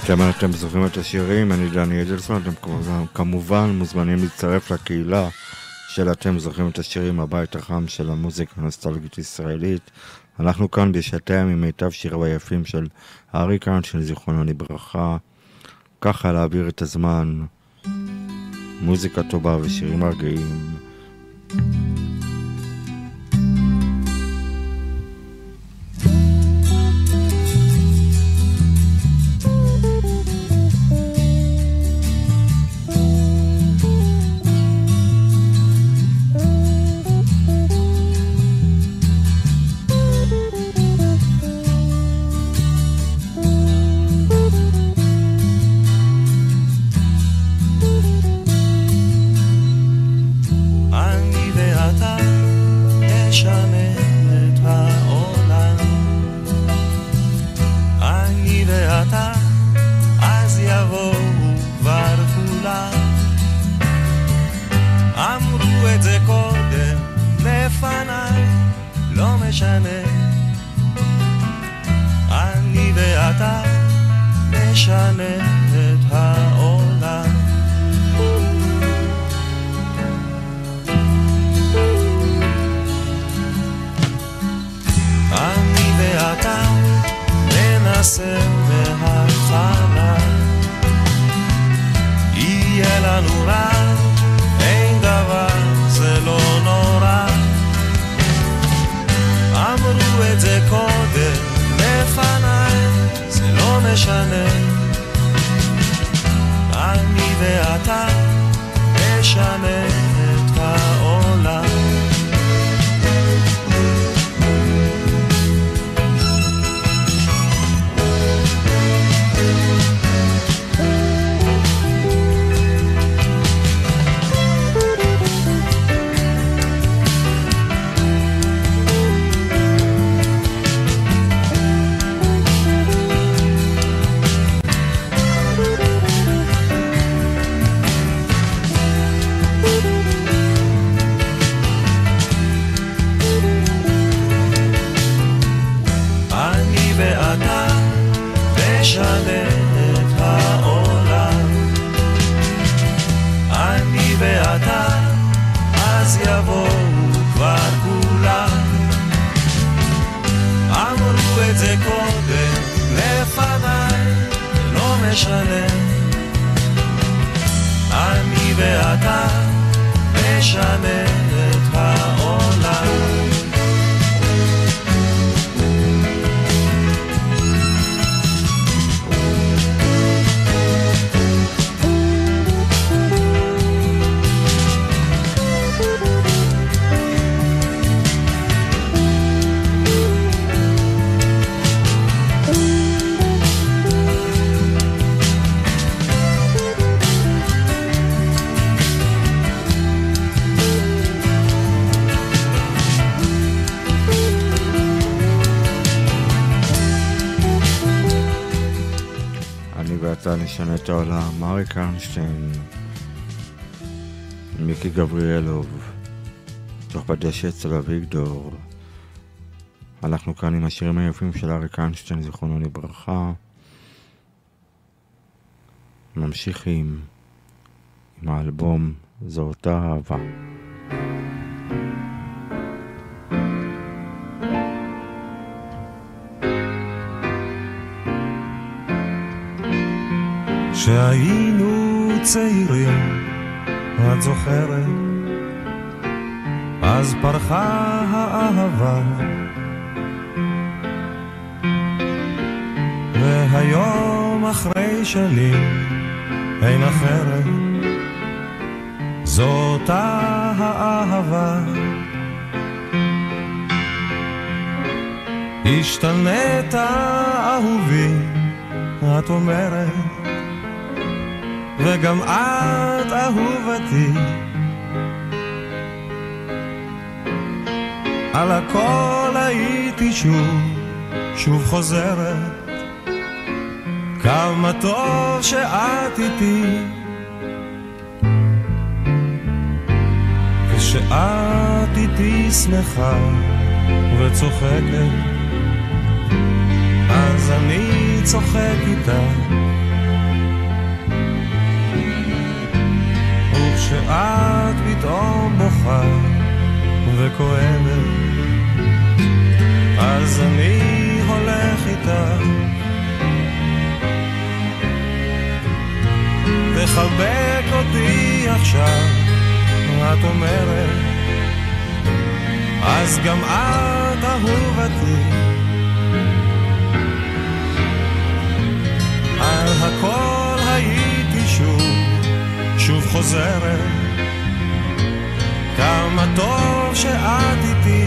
אתם, אתם זוכרים את השירים, אני דני אדלסון, אתם כמובן, כמובן מוזמנים להצטרף לקהילה של אתם זוכרים את השירים, הבית החם של המוזיקה הנוסטלגית ישראלית. אנחנו כאן בשעתיים עם מיטב שירי היפים של אריק איינשטיין, זיכרונו לברכה. ככה להעביר את הזמן, מוזיקה טובה ושירים רגעים. נשנה את העולם, אריק איינשטיין, מיקי גבריאלוב, תוך בדשא אצל אביגדור. אנחנו כאן עם השירים היפים של אריק איינשטיין, זיכרונו לברכה. ממשיכים עם האלבום זו אותה אהבה. כשהיינו צעירים, את זוכרת, אז פרחה האהבה, והיום אחרי שנים אין אחרת, זאת האהבה. השתנית אהובי, את אומרת, וגם את אהובתי, על הכל הייתי שוב, שוב חוזרת, כמה טוב שאת איתי, כשאת איתי שמחה וצוחקת, אז אני צוחק איתה, וכואבת, אז אני הולך איתך. תחבק אותי עכשיו, את אומרת, אז גם את אהובתי. על הכל הייתי שוב, שוב חוזרת, כמה טוב שאת איתי.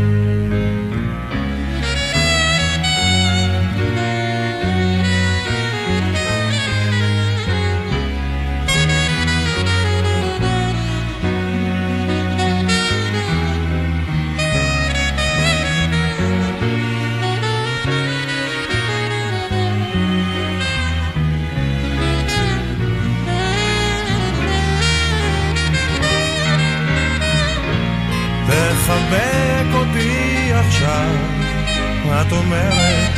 תחבק אותי עכשיו, את אומרת,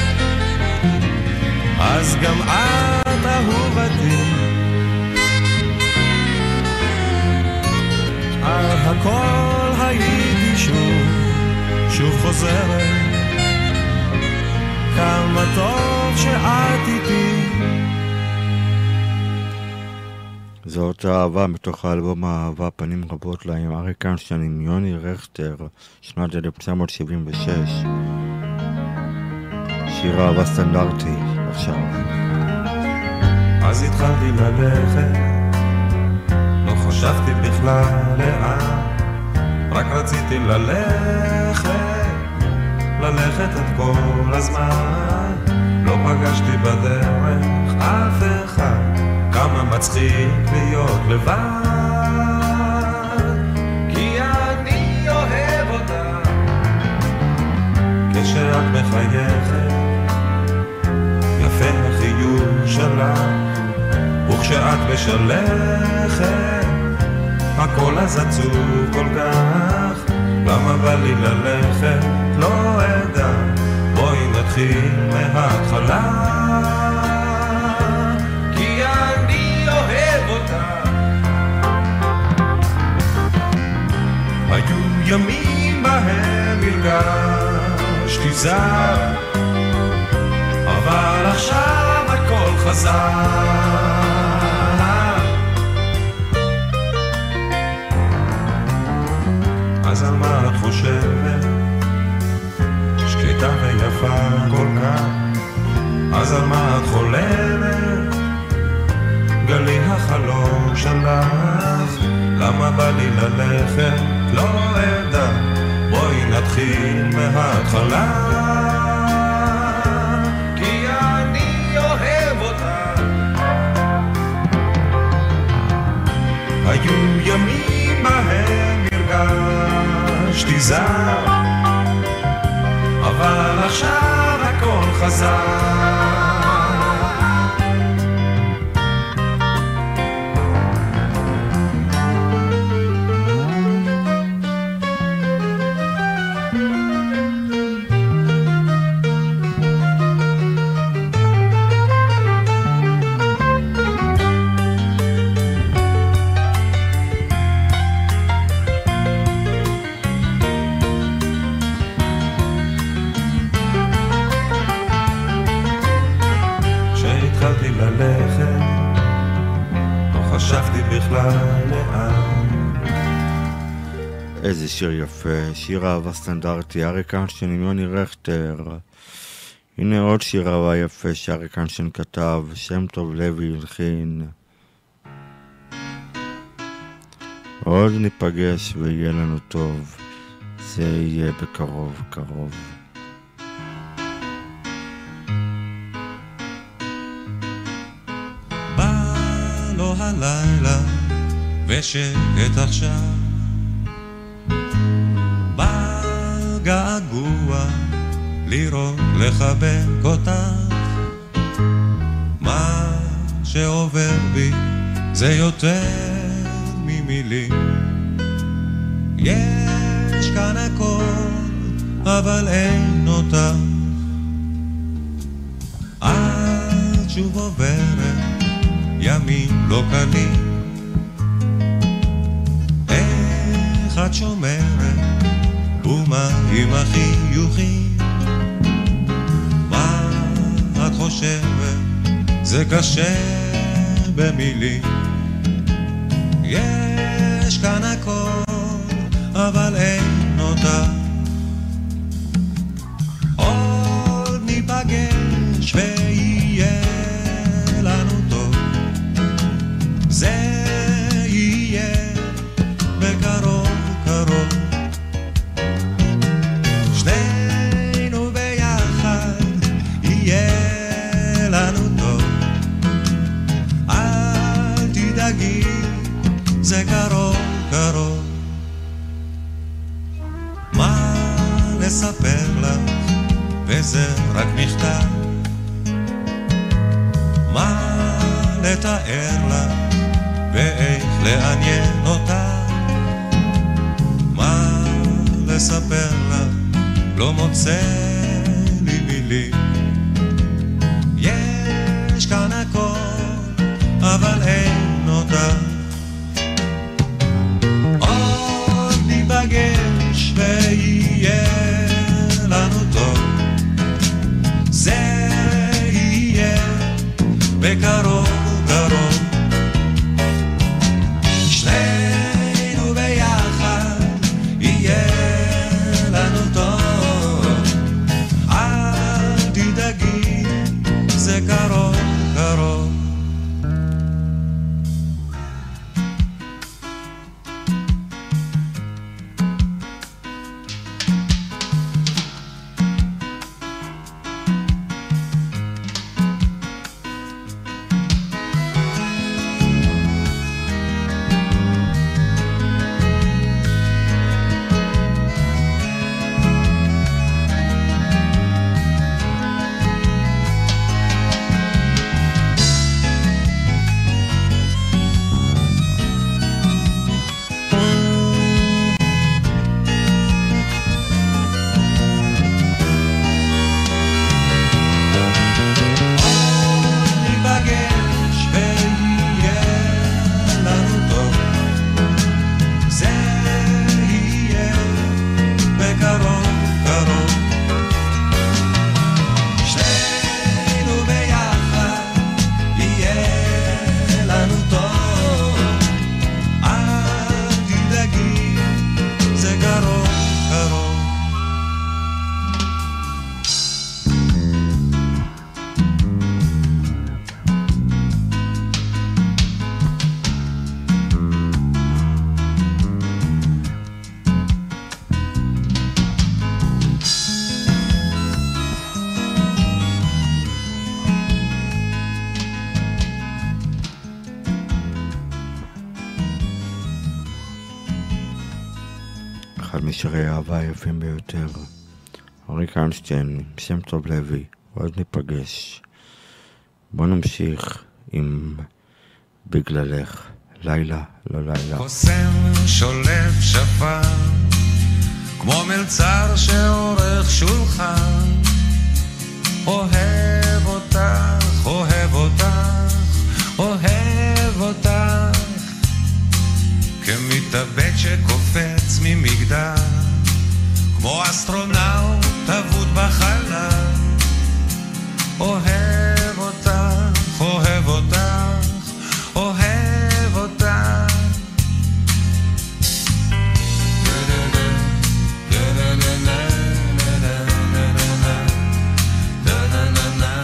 אז גם את אהובתי. על הכל הייתי שוב, שוב חוזרת, כמה טוב שאת איתי. זאת אהבה מתוך האלבום האהבה פנים רבות לה עם אריק איינשטיין עם יוני רכטר, שנת אלף תשע מאות שבעים ושש. שיר אהבה סטנדרטי עכשיו. אז התחלתי ללכת, לא חשבתי בכלל לאן, רק רציתי ללכת, ללכת את כל הזמן. לא פגשתי בדרך אף אחד, כמה מצחיק להיות לבד, כי אני אוהב אותה. כשאת מחייכת, יפה החיוך שלך, וכשאת משלכת, הכל אז עצוב כל כך. למה בא לי ללכת? לא אדע, בואי נתחיל מההתחלה. היו ימים בהם הרגשתי זר, אבל עכשיו הכל חזר. אז על מה את חושבת? שקטה ויפה כל כך. אז על מה את חולמת? גלי החלום שלך. למה בא לי ללכת? לא אדע, בואי נתחיל מההתחלה, כי אני אוהב אותה. היו ימים בהם הרגשתי זר, אבל עכשיו הכל חזר. איזה שיר יפה, שיר אהבה סטנדרטי, אריק איינשטיין עם יוני רכטר. הנה עוד שיר אהבה יפה שאריק איינשטיין כתב, שם טוב לוי הלחין. עוד ניפגש ויהיה לנו טוב, זה יהיה בקרוב קרוב. בא לו הלילה ושקט עכשיו, געגוע לראות לחבק אותך. מה שעובר בי זה יותר ממילים, יש כאן הכל אבל אין אותך. את שוב עוברת ימים לא קלים, איך את שומרת ומה עם החיוכים? מה את חושבת? זה קשה במילים. יש כאן הכל, אבל אין אותה. עוד ניפגש ויהיה לנו טוב. זה יהיה בקרוב קרוב. שנינו ביחד יהיה לנו טוב. אל תדאגי, זה קרוב קרוב. מה לספר לך, וזה רק מכתב. מה לתאר לך, ואיך לעניין אותה. מה לספר לך, לא מוצא לי מילים. יש כאן הכל, אבל אין אותה. עוד ניפגש ויהיה לנו טוב. זה יהיה בקרוב קרוב. שנינו ביחד יהיה לנו טוב. אל תדאגי, זה קרוב קרוב. שירי האהבה היפים ביותר. אריק איינשטיין, שם טוב לוי, עוד ניפגש. בוא נמשיך עם בגללך, לילה לא לילה. קוסם שולף שפר, כמו מלצר שעורך שולחן. אוהב אותך, אוהב אותך, אוהב אותך, כמתאבד שקופץ ממגדל, כמו אסטרונאוט אבוד בחלל. אוהב אותך, אוהב אותך, אוהב אותך. Na na na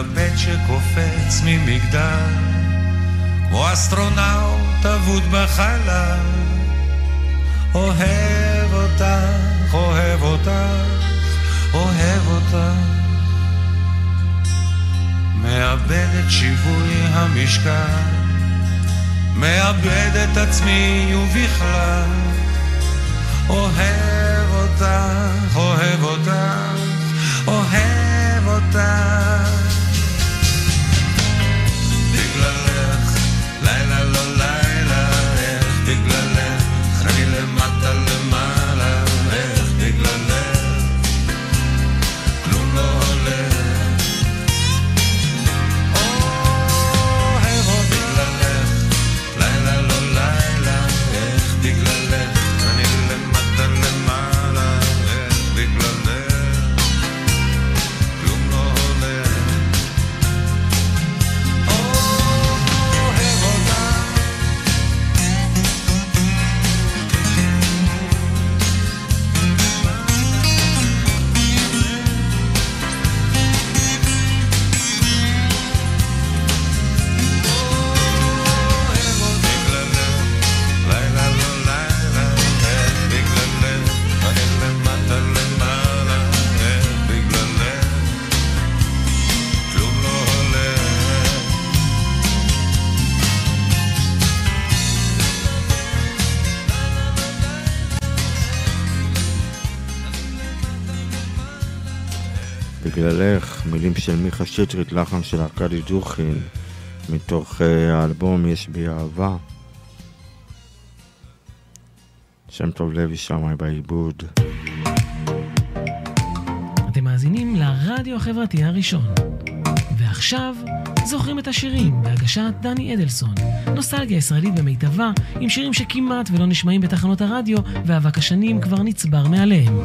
מתלבט שקופץ ממגדל, כמו אסטרונאוט אבוד בחלל. אוהב אותך, אוהב אותך, אוהב אותך. מאבד את שיווי המשקל, מאבד את עצמי ובכלל. אוהב אותך, אוהב אותך, אוהב אותך. בגללך, לילה לא לילה, איך בגללך, אני למטה למעלה, איך בגללך, כלום לא הולך. אוהב אותך, בגללך, לילה לא לילה, איך בגללך, אני למטה למעלה, איך בגללך, כלום לא הולך. אוהב אותך. בגללך, מילים של מיכה שטרית, לחן של ארכדי דוכין, מתוך האלבום יש בי אהבה. שם טוב לוי שמאי בעיבוד. אתם מאזינים לרדיו החברתי הראשון. ועכשיו זוכרים את השירים בהגשת דני אדלסון. נוסטלגיה ישראלית במיטבה, עם שירים שכמעט ולא נשמעים בתחנות הרדיו, ואבק השנים כבר נצבר מעליהם.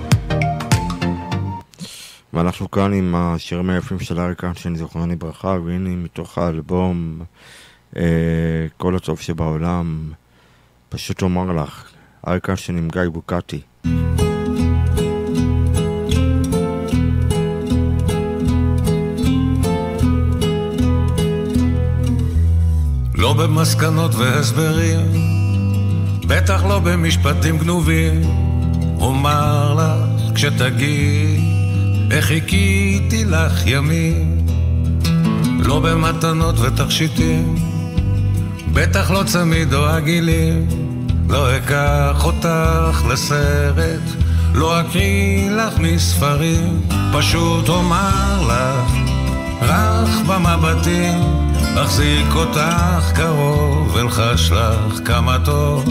ואנחנו כאן עם השירים היפים של אריק איינשטיין, זיכרונו לברכה, והנה מתוך האלבום אה, כל הטוב שבעולם, פשוט אומר לך, אריק איינשטיין עם גיא בוקטי. לא במסקנות והסברים, בטח לא במשפטים גנובים, אומר לך כשתגיד איך חיכיתי לך ימים, לא במתנות ותכשיטים, בטח לא צמיד או עגילים, לא אקח אותך לסרט, לא אקריא לך מספרים, פשוט אומר לך רך במבטים, אחזיק אותך קרוב ולחש לך כמה טוב.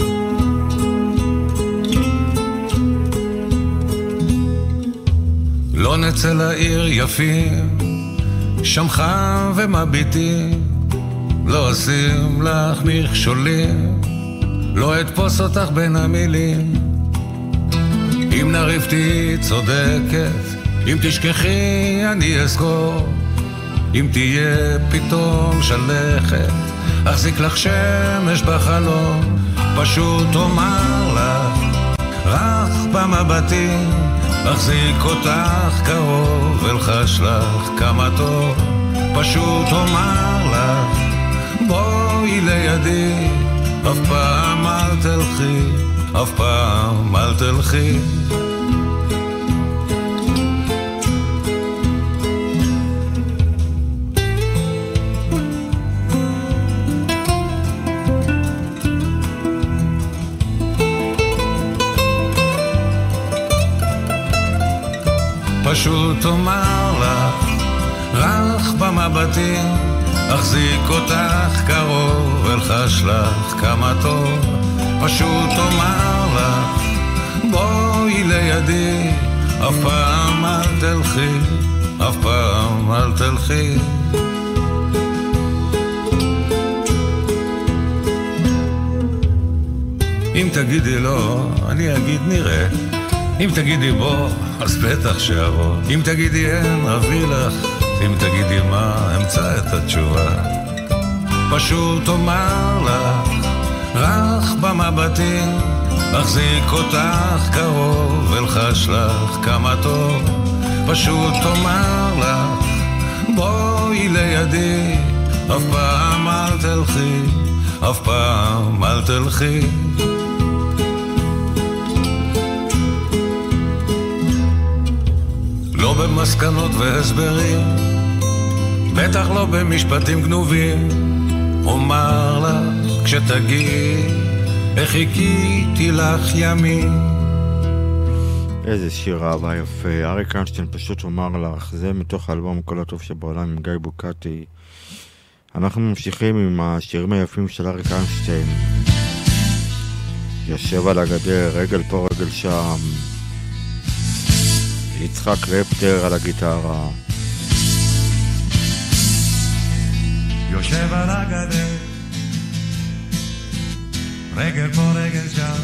לא נצא לעיר יפים, שם חם ומביטים, לא אשים לך מכשולים, לא אתפוס אותך בין המילים. אם נריב תהי צודקת, אם תשכחי אני אזכור, אם תהיה פתאום שלכת, אחזיק לך שמש בחלום, פשוט אומר לך רך במבטים, אחזיק אותך קרוב ולחש לך כמה טוב, פשוט אומר לך בואי לידי, אף פעם אל תלכי, אף פעם אל תלכי. פשוט אומר לך רך במבטים, אחזיק אותך קרוב ולחש לך כמה טוב, פשוט אומר לך בואי לידי, אף פעם אל תלכי, אף פעם אל תלכי. אם תגידי לא, אני אגיד נראה, אם תגידי בוא, אז בטח שעבור, אם תגידי אין, אביא לך, אם תגידי מה, אמצא את התשובה. פשוט אומר לך רך במבטים, אחזיק אותך קרוב ולחש לך כמה טוב, פשוט אומר לך בואי לידי, אף פעם אל תלכי, אף פעם אל תלכי. לא במסקנות והסברים, בטח לא במשפטים גנובים, אומר לך כשתגיעי, איך חיכיתי לך ימים. איזה שיר אהבה יפה. אריק איינשטיין, פשוט אומר לך, זה מתוך האלבום כל הטוב שבעולם עם גיא בוקטי. אנחנו ממשיכים עם השירים היפים של אריק איינשטיין. יושב על הגדר, רגל פה רגל שם, יצחק קלפטר על הגיטרה. יושב על הגדר, רגל פה רגל שם,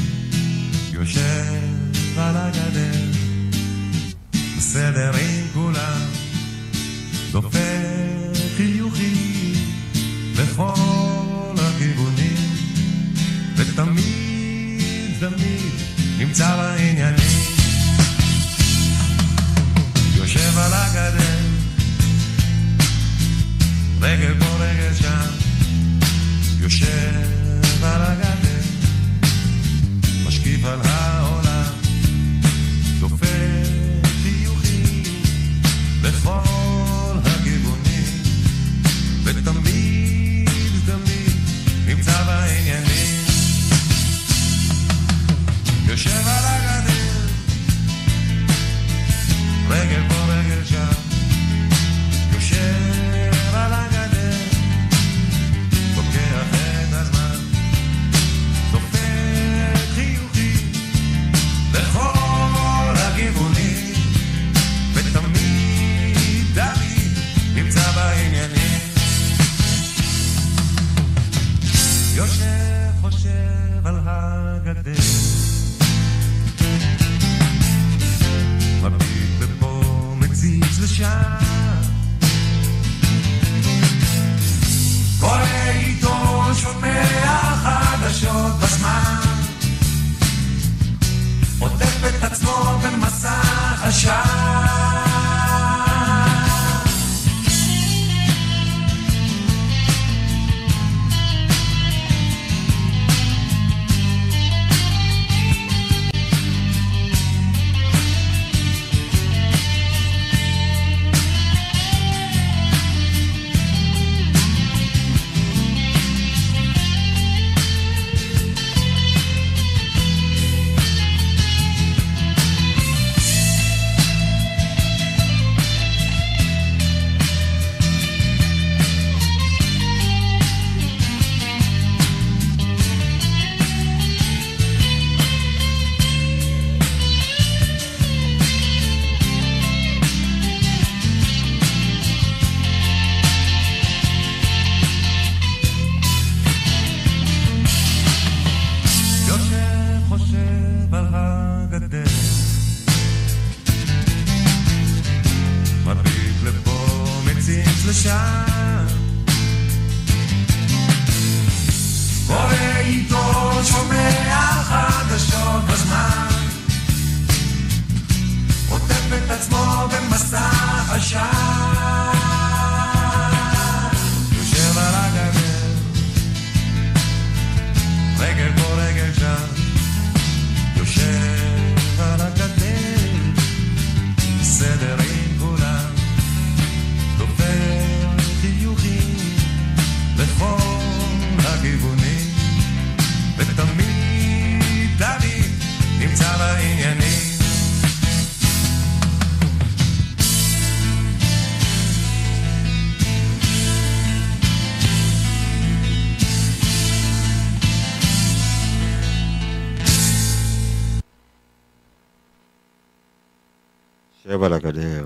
יושב על הגדר, בסדר עם כולם, דופק חיוכי בכל הכיוונים, ותמיד תמיד נמצא בעניינים. יושב על הגדר, רגל פה רגל שם, יושב על הגדר, משקיף על העולם, דופק חיוכים בכל הכיוונים, ותמיד תמיד נמצא בעניינים. יושב על הגדר, רגל פה רגל שם, יושב על הגדר, לוקח את הזמן, דופק חיוכים לכל הכיוונים, ותמיד תמיד נמצא בעניינים. יושב חושב על הגדר, מביט לפה מציץ לשם, קורא עיתון, שומע חדשות בזמן, עוטף את עצמו במסך עשן. יושב על הגדר.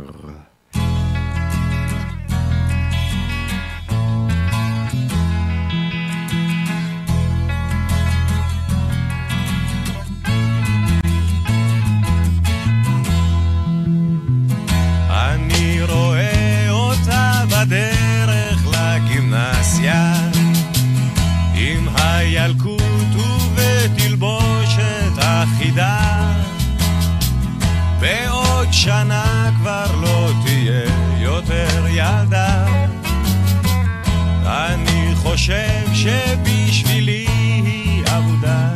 אני רואה אותה בדרך לגימנסיה, עם הילקוט ובתלבושת אחידה, בעוד שנה כבר לא תהיה חושב שבשבילי היא עבודה.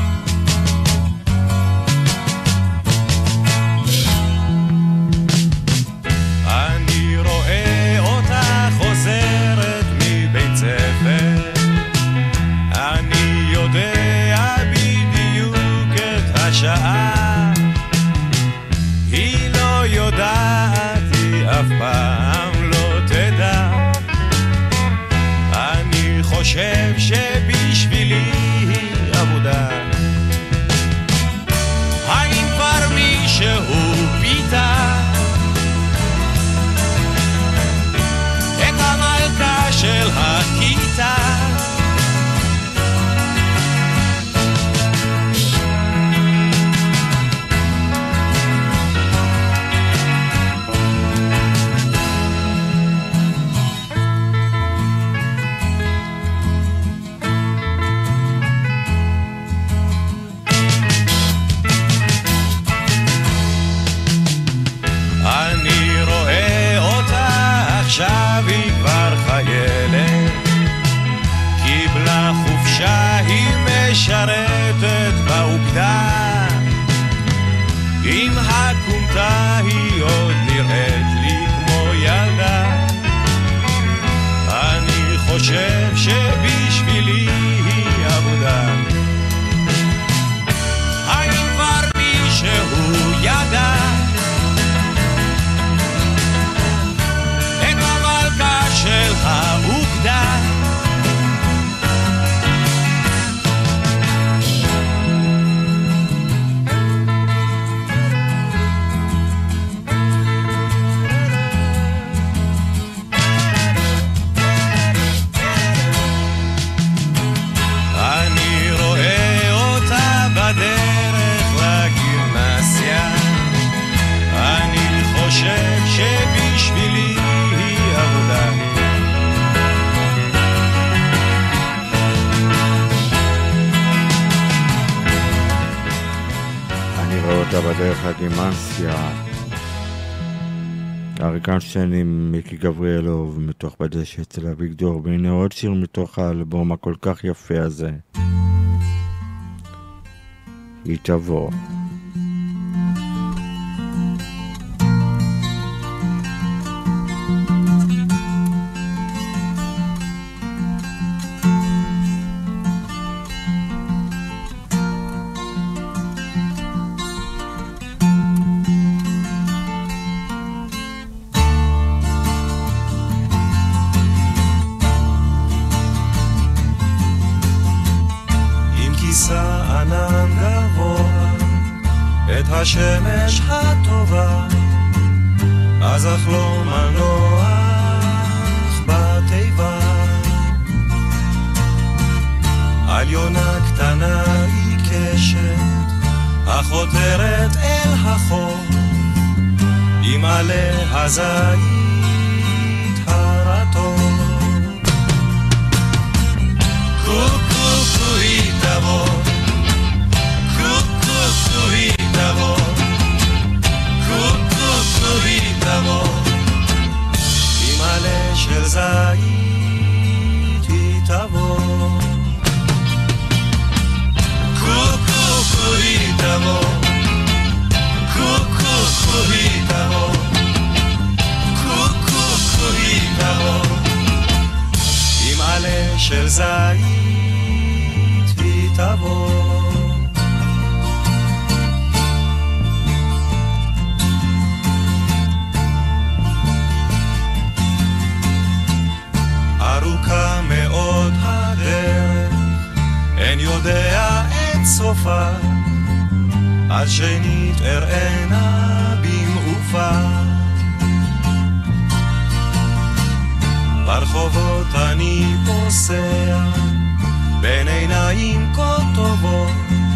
אני רואה אותה חוזרת מבית ספר, אני יודע בדיוק את השעה, היא לא יודעת, היא אף פעם לא תדע. אני חושב שבשבילי היא עבודה. האם כבר מישהו פיתה את המלכה של הכיתה? עכשיו היא כבר חיילת, קיבלה חופשה, היא משרתת באוגדה. עם הכומתה היא עוד נראית לי כמו ילדה. אני חושב שבשבילי היא עבודה. האם כבר מישהו ידע של האוגדה? אני רואה אותה בדרך לגימנסיה, אני חושב שבשבילי היא עבודה. אותה בדרך הגימנסיה. אריק איינשטיין עם מיקי גבריאלוב מתוך בדשא אצל אביגדור, והנה עוד שיר מתוך האלבום הכל כך יפה הזה, היא תבוא. השמש הטובה, אז אחלום הנוח בתיבה. על יונה קטנה עיקשת, החותרת אל החור, עם עלה הזית הרטוב. קוקו היא תבוא, קוקו היא תבוא, קוקו היא תבוא, עם עלה של זית היא תבוא. קוקו היא תבוא, קוקו היא תבוא, קוקו היא תבוא, עם עלה של זית היא תבוא. ארוכה מאוד הדרך, אין יודע את סופה, עד שנית אראנה במעופה. ברחובות אני פוסע, בין עיניים כה טובות,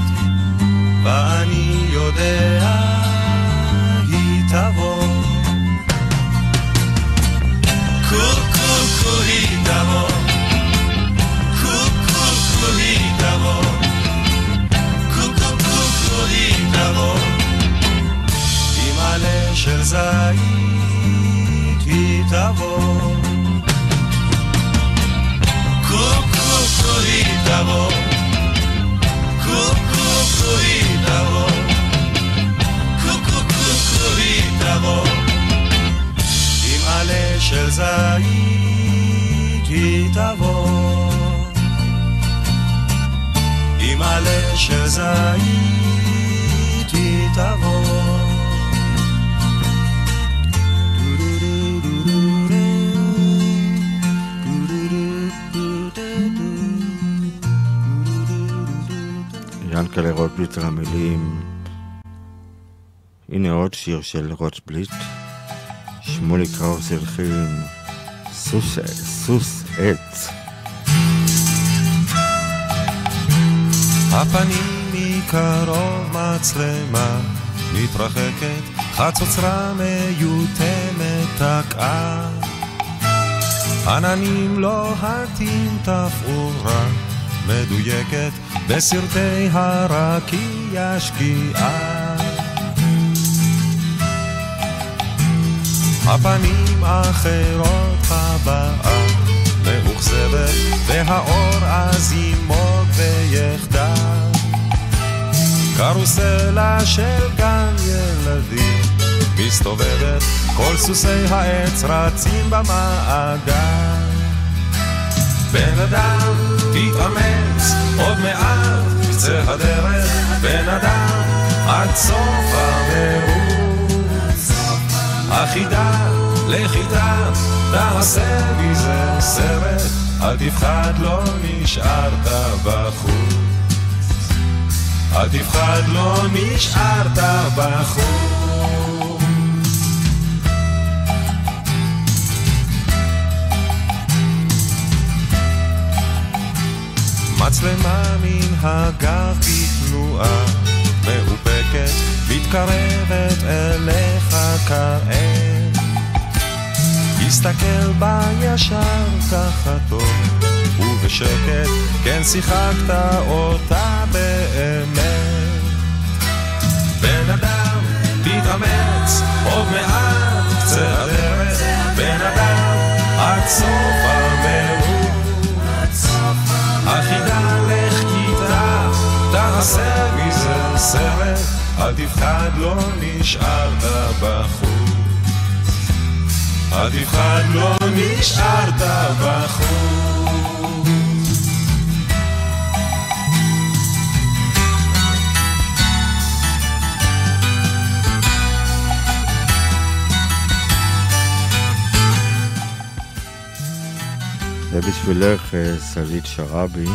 ואני יודע היא תבוא. קוקו היא תבוא, קוקו היא תבוא, קוקו היא תבוא, עם עלה של זית היא תבוא. קוקו תבוא עם עלה של זית היא תבוא ינקלה רוטבליט על המילים. הנה עוד שיר של רוטבליט, שמולי קראוס הלחין, סוס, סוס עץ. הפנים מקרוב מצלמה מתרחקת, חצוצרה מיותמת תקעה, עננים לוהטים תפאורה מדויקת בסרטי הרקיע שקיעה. הפנים אחרות הבאה מאוכזבת והאור אז ימוג ויחדל, קרוסלה של גן ילדים מסתובבת, כל סוסי העץ רצים במעגל. בן אדם תתאמץ עוד מעט קצה הדרך, בן אדם עד סוף המרוץ, החידה לחידה תעשה מזה סרט, אל תפחד לא נשארת בחוץ, אל תפחד לא נשארת בחוץ. מצלמה מן הגב בתנועה מאופקת מתקרבת אליך כעת, הסתכל בה ישר ככה טוב ובשקט, כן שיחקת אותה באמת. בן אדם תתאמץ עוד מעט קצה הדרך, בן אדם עד סוף המרוץ, החידה לך כיתה תעשה מזה סרט, אל תפחד לא נשארת בחוץ, אל תפחד לא נשארת בחוץ. זה בשבילך סלית שרבי.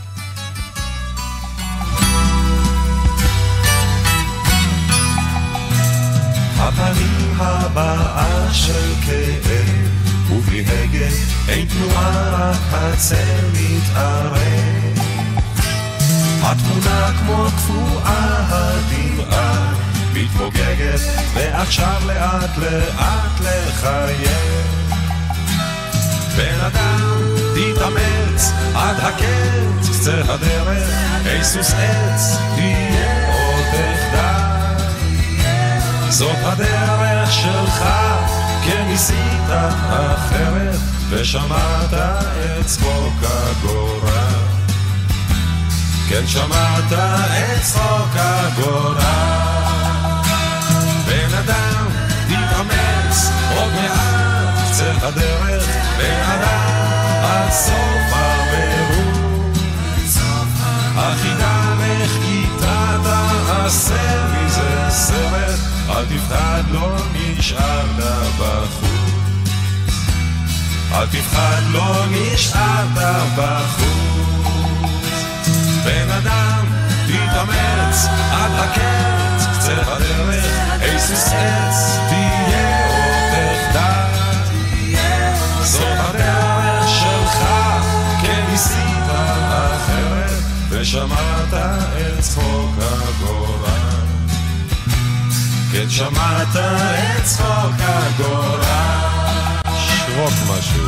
הפנים הבאה של כאב ובלי הגה, אין תנועה רק הצל מתערב, התמונה כמו קפואה הדמעה מתפוגגת ועכשיו לאט לאט לחייב. בן אדם תתאמץ עד הקץ קצה הדרך, אי סוס עץ תהיה עוד תחדל, זאת הדרך שלך, כן ניסית אחרת ושמעת את צחוק הגורל, כן שמעת את צחוק הגורל. בן אדם תתאמץ עוד מעט קצה הדרך, בן אדם עד סוף המרוץ, החידה לך איתה תעשה מזה סרט, אל תפחד לא נשארת בחוץ, אל תפחד לא נשארת בחוץ. בן אדם תתאמץ עד הקץ קצה הדרך, אי סוס עץ תהיה עוד תחדל, זאת הדרך שלך, כן ניסית אחרת ושמעת את צחוק הגורל, כן שמעת את צחוק הגורל. שרוק משהו,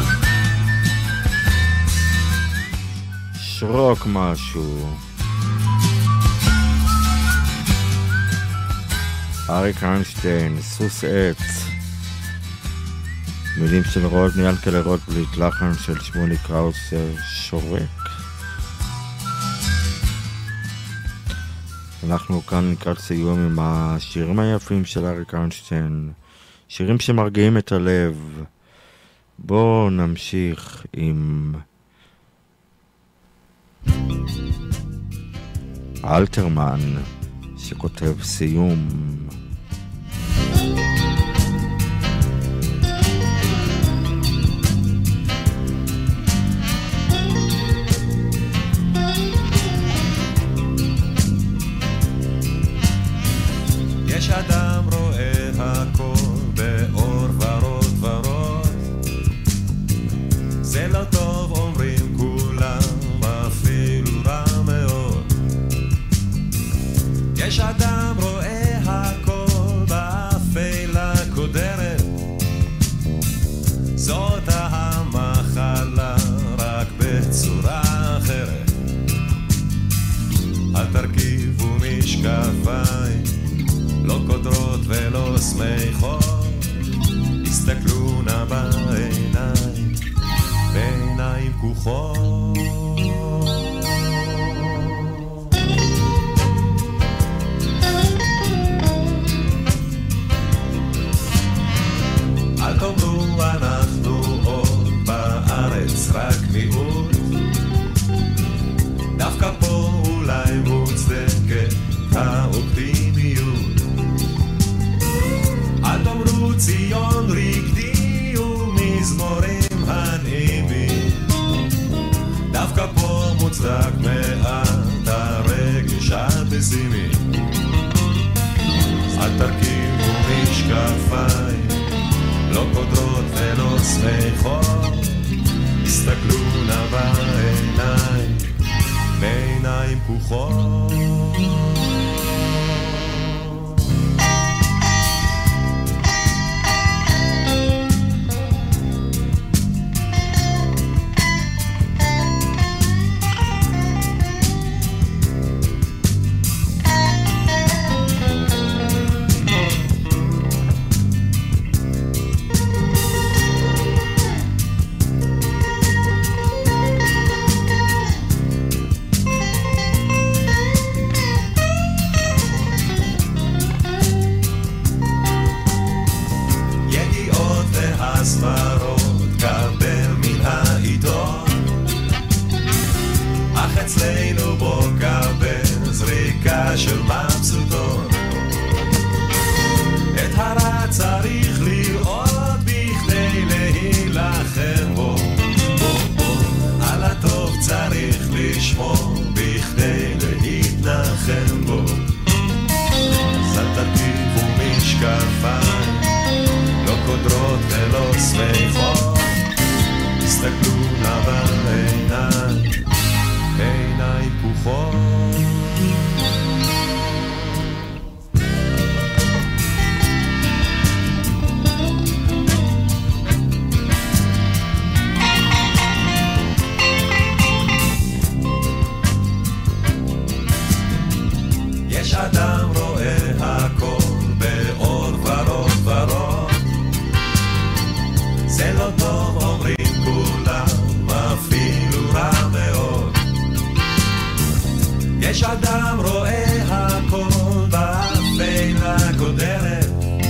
שרוק משהו. אריק איינשטיין, סוס עץ, מילים של רוד ינקלה רוטבליט, לחן של שמולי קראוסר, שורק. אנחנו כאן לקראת סיום עם השירים היפים של אריק איינשטיין, שירים שמרגיעים את הלב. בואו נמשיך עם אלתרמן שכותב סיום. יש אדם רואה הכל באור ורוד ורוד, זה לא טוב אומרים כולם, אפילו רע מאוד. יש אדם רואה הכל באפלה קודרת, זאת המחלה רק בצורה אחרת. אל תרכיבו משקפיים, לא קודרות ולא שמחות, הסתכלו נא בעיניים, בעיניים פקוחות. אל תאמרו אנחנו עוד בארץ רק מיעוט, דווקא פה אולי מוצדקת האופטימיות. אל תאמרו ציון רקדי ומזמורים הנעימים, דווקא פה מוצדק מעט הרגש הפסימי. אל תרכיבו משקפיים, לא קודרות ולא שמחות, הסתכלו נא בעיניים, בעיניים פקוחות. של מבסוטות, את הרע צריך לראות בכדי להילחם בו, בו בו על הטוב צריך לשמור בכדי להתנחם בו. אז אל תרכיבו משקפיים, לא קודרות ולא שמחות, תסתכלו נא בעיניים, בעיניים פקוחות. אדם רואה הכל באור ורוד ורוד, זה לא טוב אומרים כולם, אפילו רע מאוד. יש אדם רואה הכל באפלה קודרת,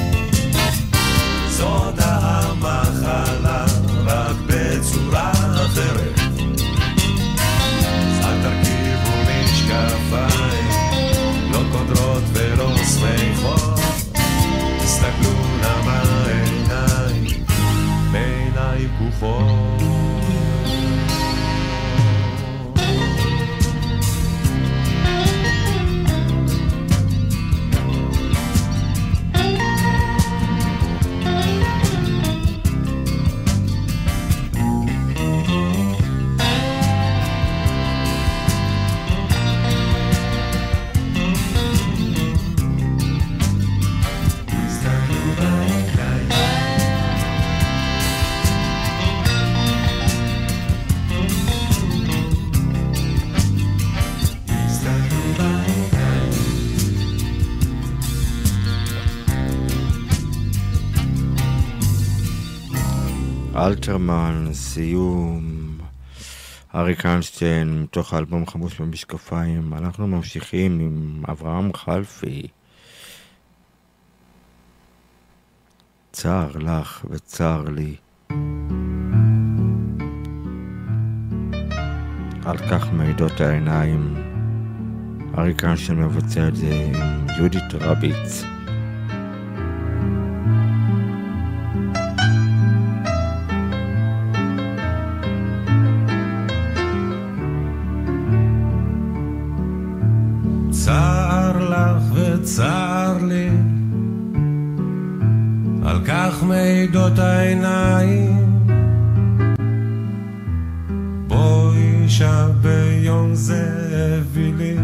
זאת המחלה רק בצורה אחרת. אל תרכיבו משקפיים, לא קודרות ולא שמחות, תסתכלו נא בעיניים, בעיניים פקוחות. אלתרמן, סיום. אריק איינשטיין, מתוך האלבום חמוש במשקפיים. אנחנו ממשיכים עם אברהם חלפי. צער לך וצער לי. על כך מעידות העיניים. אריק איינשטיין מבצע את זה עם יהודית רביץ. צער לך וצער לי, על כך מעידות העיניים. בואי שביום זה הביא לי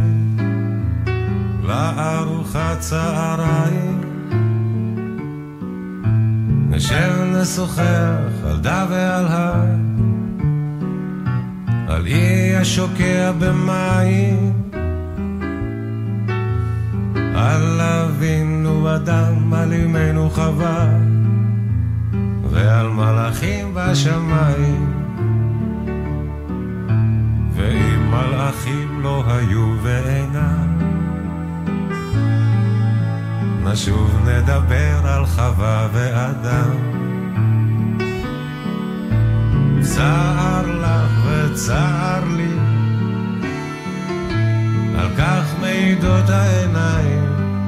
לארוחת צהריים, נשב נשוחח על דה ועל הר, על אי השוקע במים, על אבינו אדם, על אמנו חווה, ועל מלאכים בשמיים. ואם מלאכים לא היו ואינם, נשוב נדבר על חווה ואדם. צער לך וצער לי, על כך מעידות העיניים.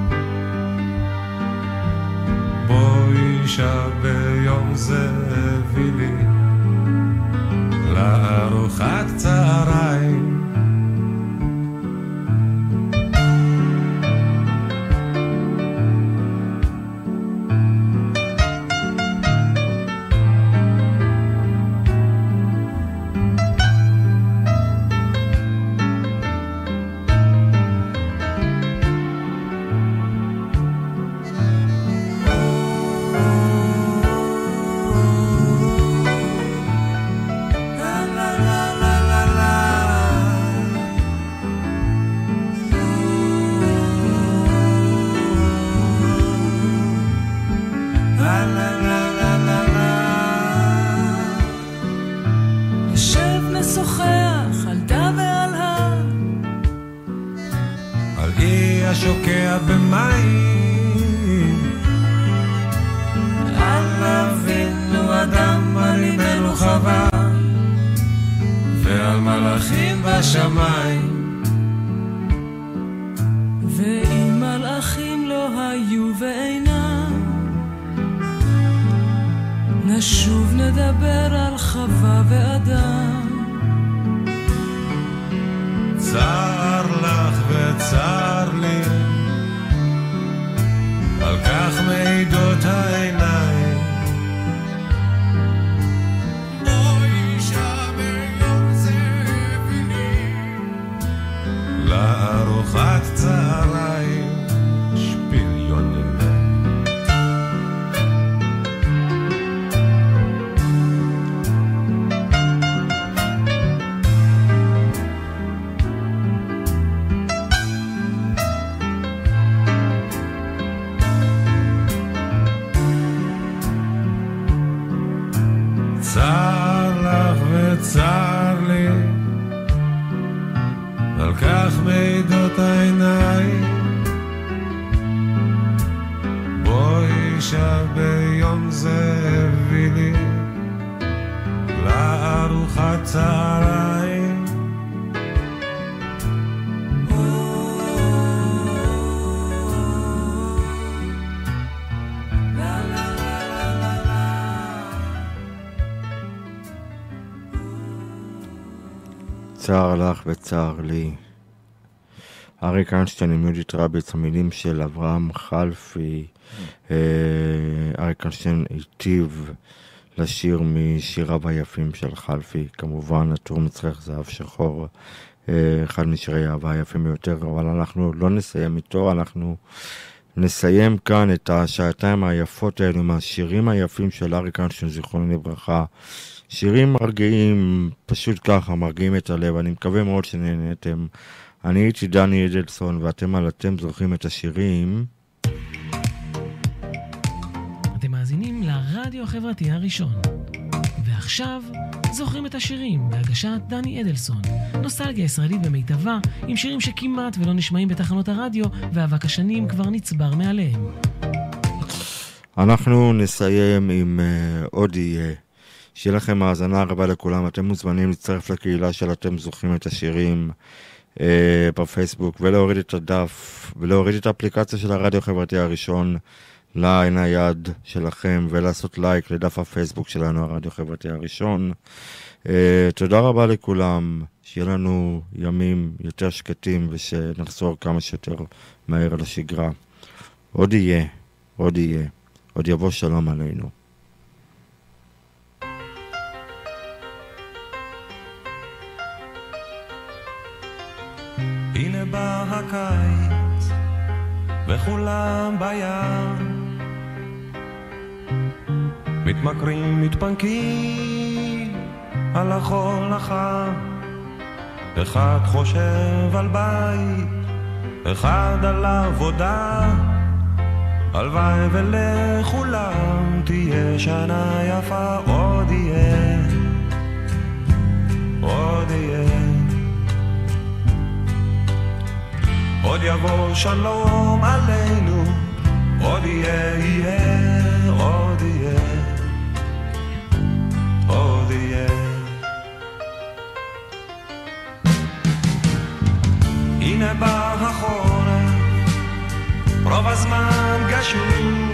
בואי שביום זה הביא לי לארוחת צהריים. צער לך וצער לי. אריק איינשטיין עם יהודית רביץ, המילים של אברהם חלפי. אריק איינשטיין היטיב לשיר משיריו היפים של חלפי, כמובן הטור מצריך זהב שחור, אחד משירי האהבה היפים ביותר, אבל אנחנו לא נסיים איתו, אנחנו נסיים כאן את השעתיים היפות האלו מהשירים היפים של אריק איינשטיין, זיכרונו לברכה. שירים מרגיעים, פשוט ככה, מרגיעים את הלב. אני מקווה מאוד שנהנתם. אני הייתי דני אדלסון, ואתם על אתם זוכרים את השירים. אתם מאזינים לרדיו החברתי הראשון. ועכשיו זוכרים את השירים בהגשת דני אדלסון. נוסטלגיה ישראלית במיטבה, עם שירים שכמעט ולא נשמעים בתחנות הרדיו, ואבק השנים כבר נצבר מעליהם. אנחנו נסיים עם uh, עוד יהיה. שיהיה לכם האזנה רבה לכולם. אתם מוזמנים להצטרף לקהילה של אתם זוכרים את השירים אה, בפייסבוק, ולהוריד את הדף, ולהוריד את האפליקציה של הרדיו החברתי הראשון לעין היד שלכם, ולעשות לייק לדף הפייסבוק שלנו, הרדיו החברתי הראשון. אה, תודה רבה לכולם, שיהיה לנו ימים יותר שקטים, ושנחזור כמה שיותר מהר לשגרה. עוד יהיה, עוד יהיה, עוד יבוא שלום עלינו. הנה בא הקיץ וכולם בים, מתמכרים, מתפנקים על החול החם. אחד חושב על בית, אחד על עבודה, הלוואי ולכולם תהיה שנה יפה. עוד יהיה, עוד יהיה, עוד יבוא שלום עלינו. עוד יהיה, יהיה, עוד יהיה, עוד יהיה. הנה בא החורף, רוב הזמן גשום,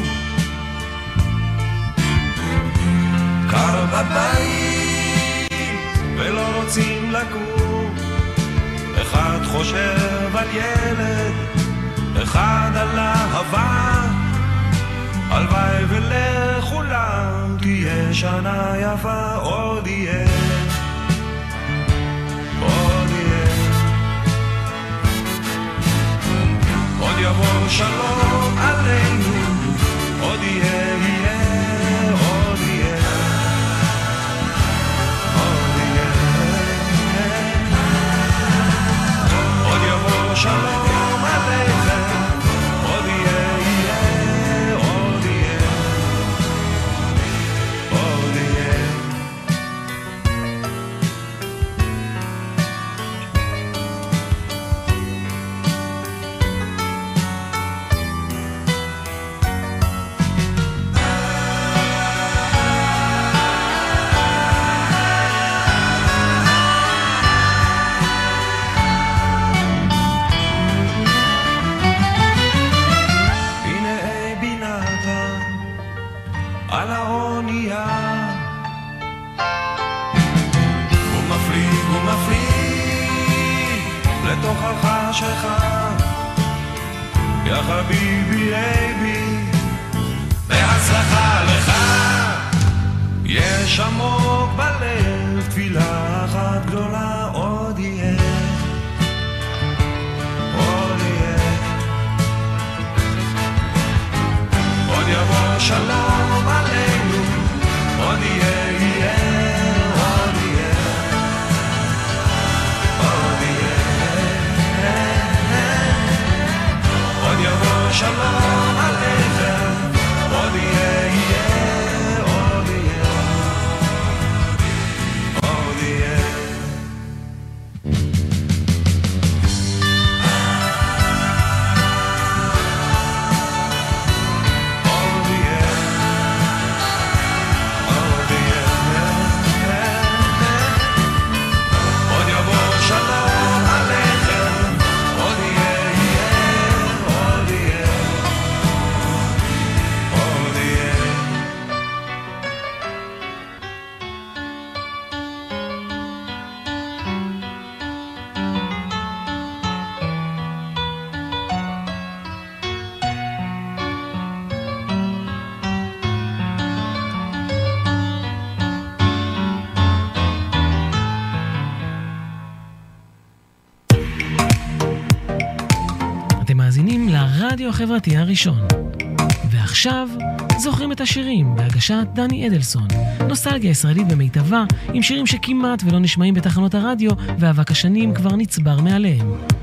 קר בבית ולא רוצים לקום. אחד חושב על ילד, אחד על אהבה, הלוואי ולכולם תהיה שנה יפה. עוד יהיה, עוד יהיה, עוד יבוא שלום עלינו. עוד יהיה, יהיה, עוד יהיה, עוד יהיה, עוד יבוא שלום עליכם. עוד יהיה, יהיה, עוד יהיה, עוד יהיה. על האונייה הוא מפליג, הוא מפליג לתוך החשכה. יא חביבי אייבי, בהצלחה לך. יש עמוק בלב תפילה אחת גדולה. עוד יהיה, עוד יהיה, עוד יבוא שלום עלינו. עוד יהיה, יהיה, עוד יהיה, עוד יהיה, עוד יבוא שלום עליכם. עוד יהיה, יהיה, עוד יהיה, עוד יהיה. הרדיו החברתי הראשון. ועכשיו זוכרים את השירים בהגשת דני אדלסון. נוסטלגיה ישראלית במיטבה, עם שירים שכמעט ולא נשמעים בתחנות הרדיו, ואבק השנים כבר נצבר מעליהם.